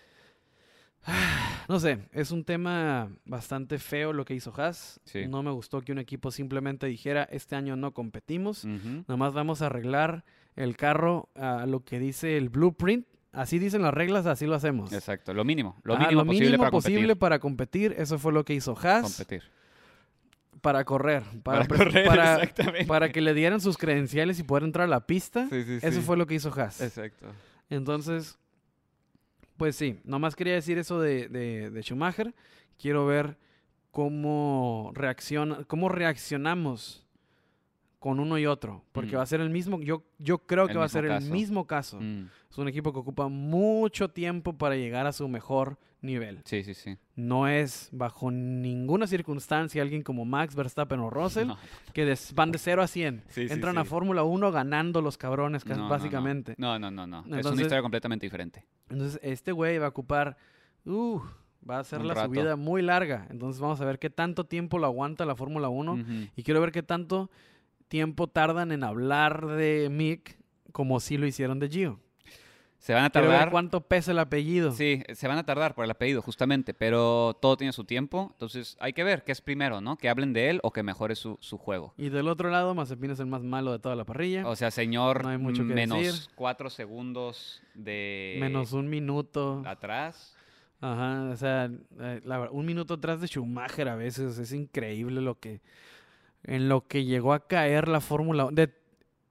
A: No sé, es un tema bastante feo lo que hizo Haas.
B: Sí.
A: No me gustó que un equipo simplemente dijera, este año no competimos,
B: Ujú.
A: nada más vamos a arreglar el carro a lo que dice el blueprint. Así dicen las reglas, así lo hacemos.
B: Exacto. Lo mínimo. Lo
A: Ajá,
B: mínimo posible para
A: posible para competir. Eso fue lo que hizo Haas
B: competir.
A: para correr.
B: Para correr, exactamente.
A: Para que le dieran sus credenciales y poder entrar a la pista.
B: Sí.
A: Eso fue lo que hizo Haas.
B: Exacto.
A: Entonces, pues sí, nomás quería decir eso de Schumacher. Quiero ver cómo reaccionamos con uno y otro. Porque va a ser el mismo, yo creo que
B: El
A: va a
B: mismo
A: ser el
B: caso.
A: mismo caso.
B: Mm.
A: Es un equipo que ocupa mucho tiempo para llegar a su mejor nivel.
B: Sí.
A: No es bajo ninguna circunstancia alguien como Max Verstappen o Russell
B: No.
A: que van de 0 a 100.
B: Sí,
A: Entran a Fórmula 1 ganando los cabrones,
B: No,
A: básicamente.
B: No. Es una
A: Entonces-
B: historia completamente diferente.
A: Entonces, este güey va a ocupar... va a ser
B: Un
A: la
B: rato.
A: subida muy larga. Entonces, vamos a ver qué tanto tiempo lo aguanta la Fórmula 1.
B: Ujú.
A: Y quiero ver qué tanto tiempo tardan en hablar de Mick como si lo hicieron de Gio.
B: Se van a
A: Quiero ver
B: tardar.
A: cuánto pesa el apellido.
B: Sí, se van a tardar por el apellido, justamente, pero todo tiene su tiempo. Entonces hay que ver qué es primero, ¿no? Que hablen de él o que mejore su juego.
A: Y del otro lado, Mazepin es el más malo de toda la parrilla.
B: O sea, señor,
A: No hay mucho que
B: menos
A: decir.
B: 4 segundos de
A: Menos un minuto.
B: atrás.
A: Ajá, o sea, un minuto atrás de Schumacher a veces. Es increíble en lo que llegó a caer la Fórmula 1. De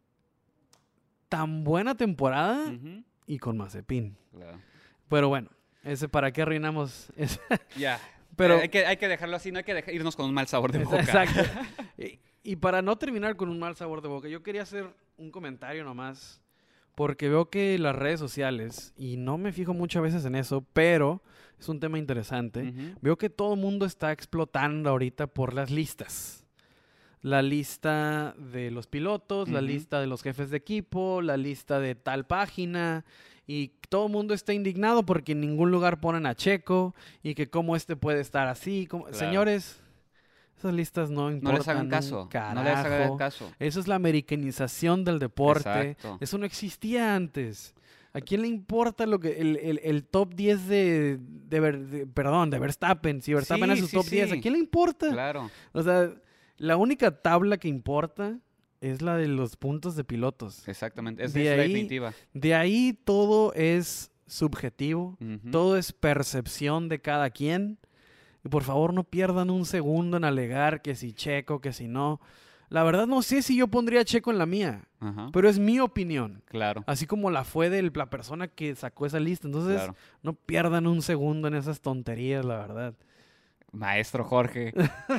A: tan buena temporada
B: Ujú.
A: y con Mazepin.
B: Claro.
A: Pero bueno, ese para qué arruinamos.
B: Ya.
A: Pero,
B: Hay que dejarlo así, no hay que irnos con un mal sabor de boca.
A: exacto. Y para no terminar con un mal sabor de boca, yo quería hacer un comentario nomás. Porque veo que las redes sociales, y no me fijo muchas veces en eso, pero es un tema interesante.
B: Ujú.
A: Veo que todo el mundo está explotando ahorita por las listas. La lista de los pilotos, la
B: Ujú.
A: lista de los jefes de equipo, la lista de tal página. Y todo el mundo está indignado porque en ningún lugar ponen a Checo y que cómo puede estar así.
B: Claro.
A: Señores, esas listas no importan.
B: No les hagan
A: un
B: caso.
A: carajo.
B: No les hagan caso.
A: Eso es la americanización del deporte.
B: Exacto.
A: Eso no existía antes. ¿A quién le importa el top 10 de Verstappen? Si Verstappen
B: Sí,
A: es su
B: sí,
A: top 10, ¿a
B: sí.
A: quién le importa?
B: Claro.
A: O sea, la única tabla que importa es la de los puntos de pilotos.
B: Exactamente. Esa
A: De
B: es la
A: ahí-
B: definitiva.
A: De ahí todo es subjetivo,
B: Ujú.
A: todo es percepción de cada quien. Y por favor no pierdan un segundo en alegar que si Checo, que si no. La verdad no sé si yo pondría a Checo en la mía,
B: Ajá.
A: pero es mi opinión.
B: Claro.
A: Así como la fue de la persona que sacó esa lista. Entonces,
B: Claro.
A: no pierdan un segundo en esas tonterías, la verdad.
B: Maestro Jorge.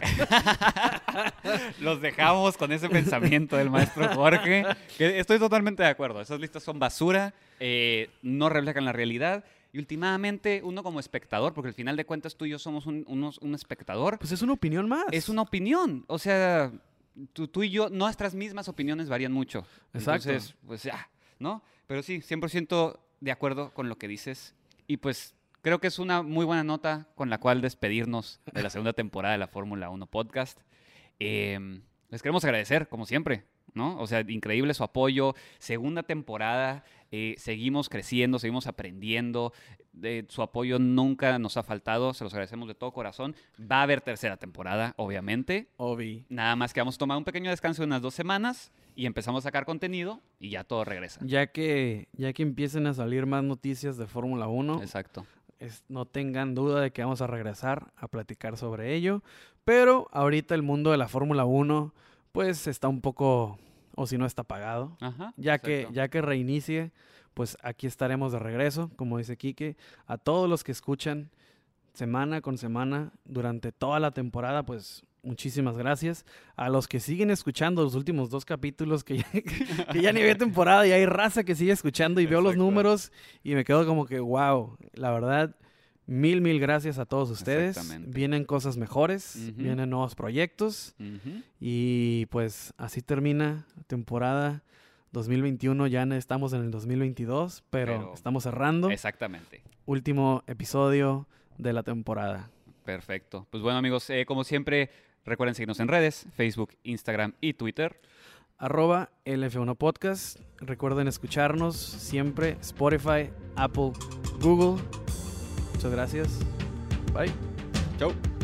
B: Los dejamos con ese pensamiento del maestro Jorge. Que estoy totalmente de acuerdo. Esas listas son basura, no reflejan la realidad. Y últimamente, uno como espectador, porque al final de cuentas tú y yo somos un espectador,
A: Pues es una opinión más.
B: es una opinión. O sea, tú y yo, nuestras mismas opiniones varían mucho.
A: Exacto.
B: Entonces, pues ya, ¿no? Pero sí, 100% de acuerdo con lo que dices. Y pues creo que es una muy buena nota con la cual despedirnos de la segunda temporada de la Fórmula 1 Podcast. Les queremos agradecer, como siempre, ¿no? O sea, increíble su apoyo. Segunda temporada, seguimos creciendo, seguimos aprendiendo. Su apoyo nunca nos ha faltado, se los agradecemos de todo corazón. Va a haber tercera temporada, obviamente.
A: Obi.
B: Nada más que vamos a tomar un pequeño descanso de unas 2 semanas y empezamos a sacar contenido y ya todo regresa.
A: Ya que empiecen a salir más noticias de Fórmula 1,
B: Exacto.
A: no tengan duda de que vamos a regresar a platicar sobre ello. Pero ahorita el mundo de la Fórmula 1 pues está un poco, o si no está apagado.
B: Ajá.
A: Ya
B: exacto.
A: que reinicie, pues aquí estaremos de regreso, como dice Quique. A todos los que escuchan semana con semana durante toda la temporada, pues muchísimas gracias. A los que siguen escuchando los últimos 2 capítulos, que ya ni había temporada y hay raza que sigue escuchando y veo los
B: Exacto.
A: números y me quedo como que wow, la verdad, mil gracias a todos ustedes.
B: Exactamente.
A: Vienen cosas mejores,
B: Ujú.
A: vienen nuevos proyectos
B: Ujú.
A: y pues así termina la temporada 2021. Ya estamos en el 2022, pero estamos cerrando.
B: Exactamente.
A: Último episodio de la temporada.
B: Perfecto. Pues bueno, amigos, como siempre, recuerden seguirnos en redes, Facebook, Instagram y Twitter.
A: @LF1 Podcast. Recuerden escucharnos siempre Spotify, Apple, Google. Muchas gracias. Bye.
B: Chau.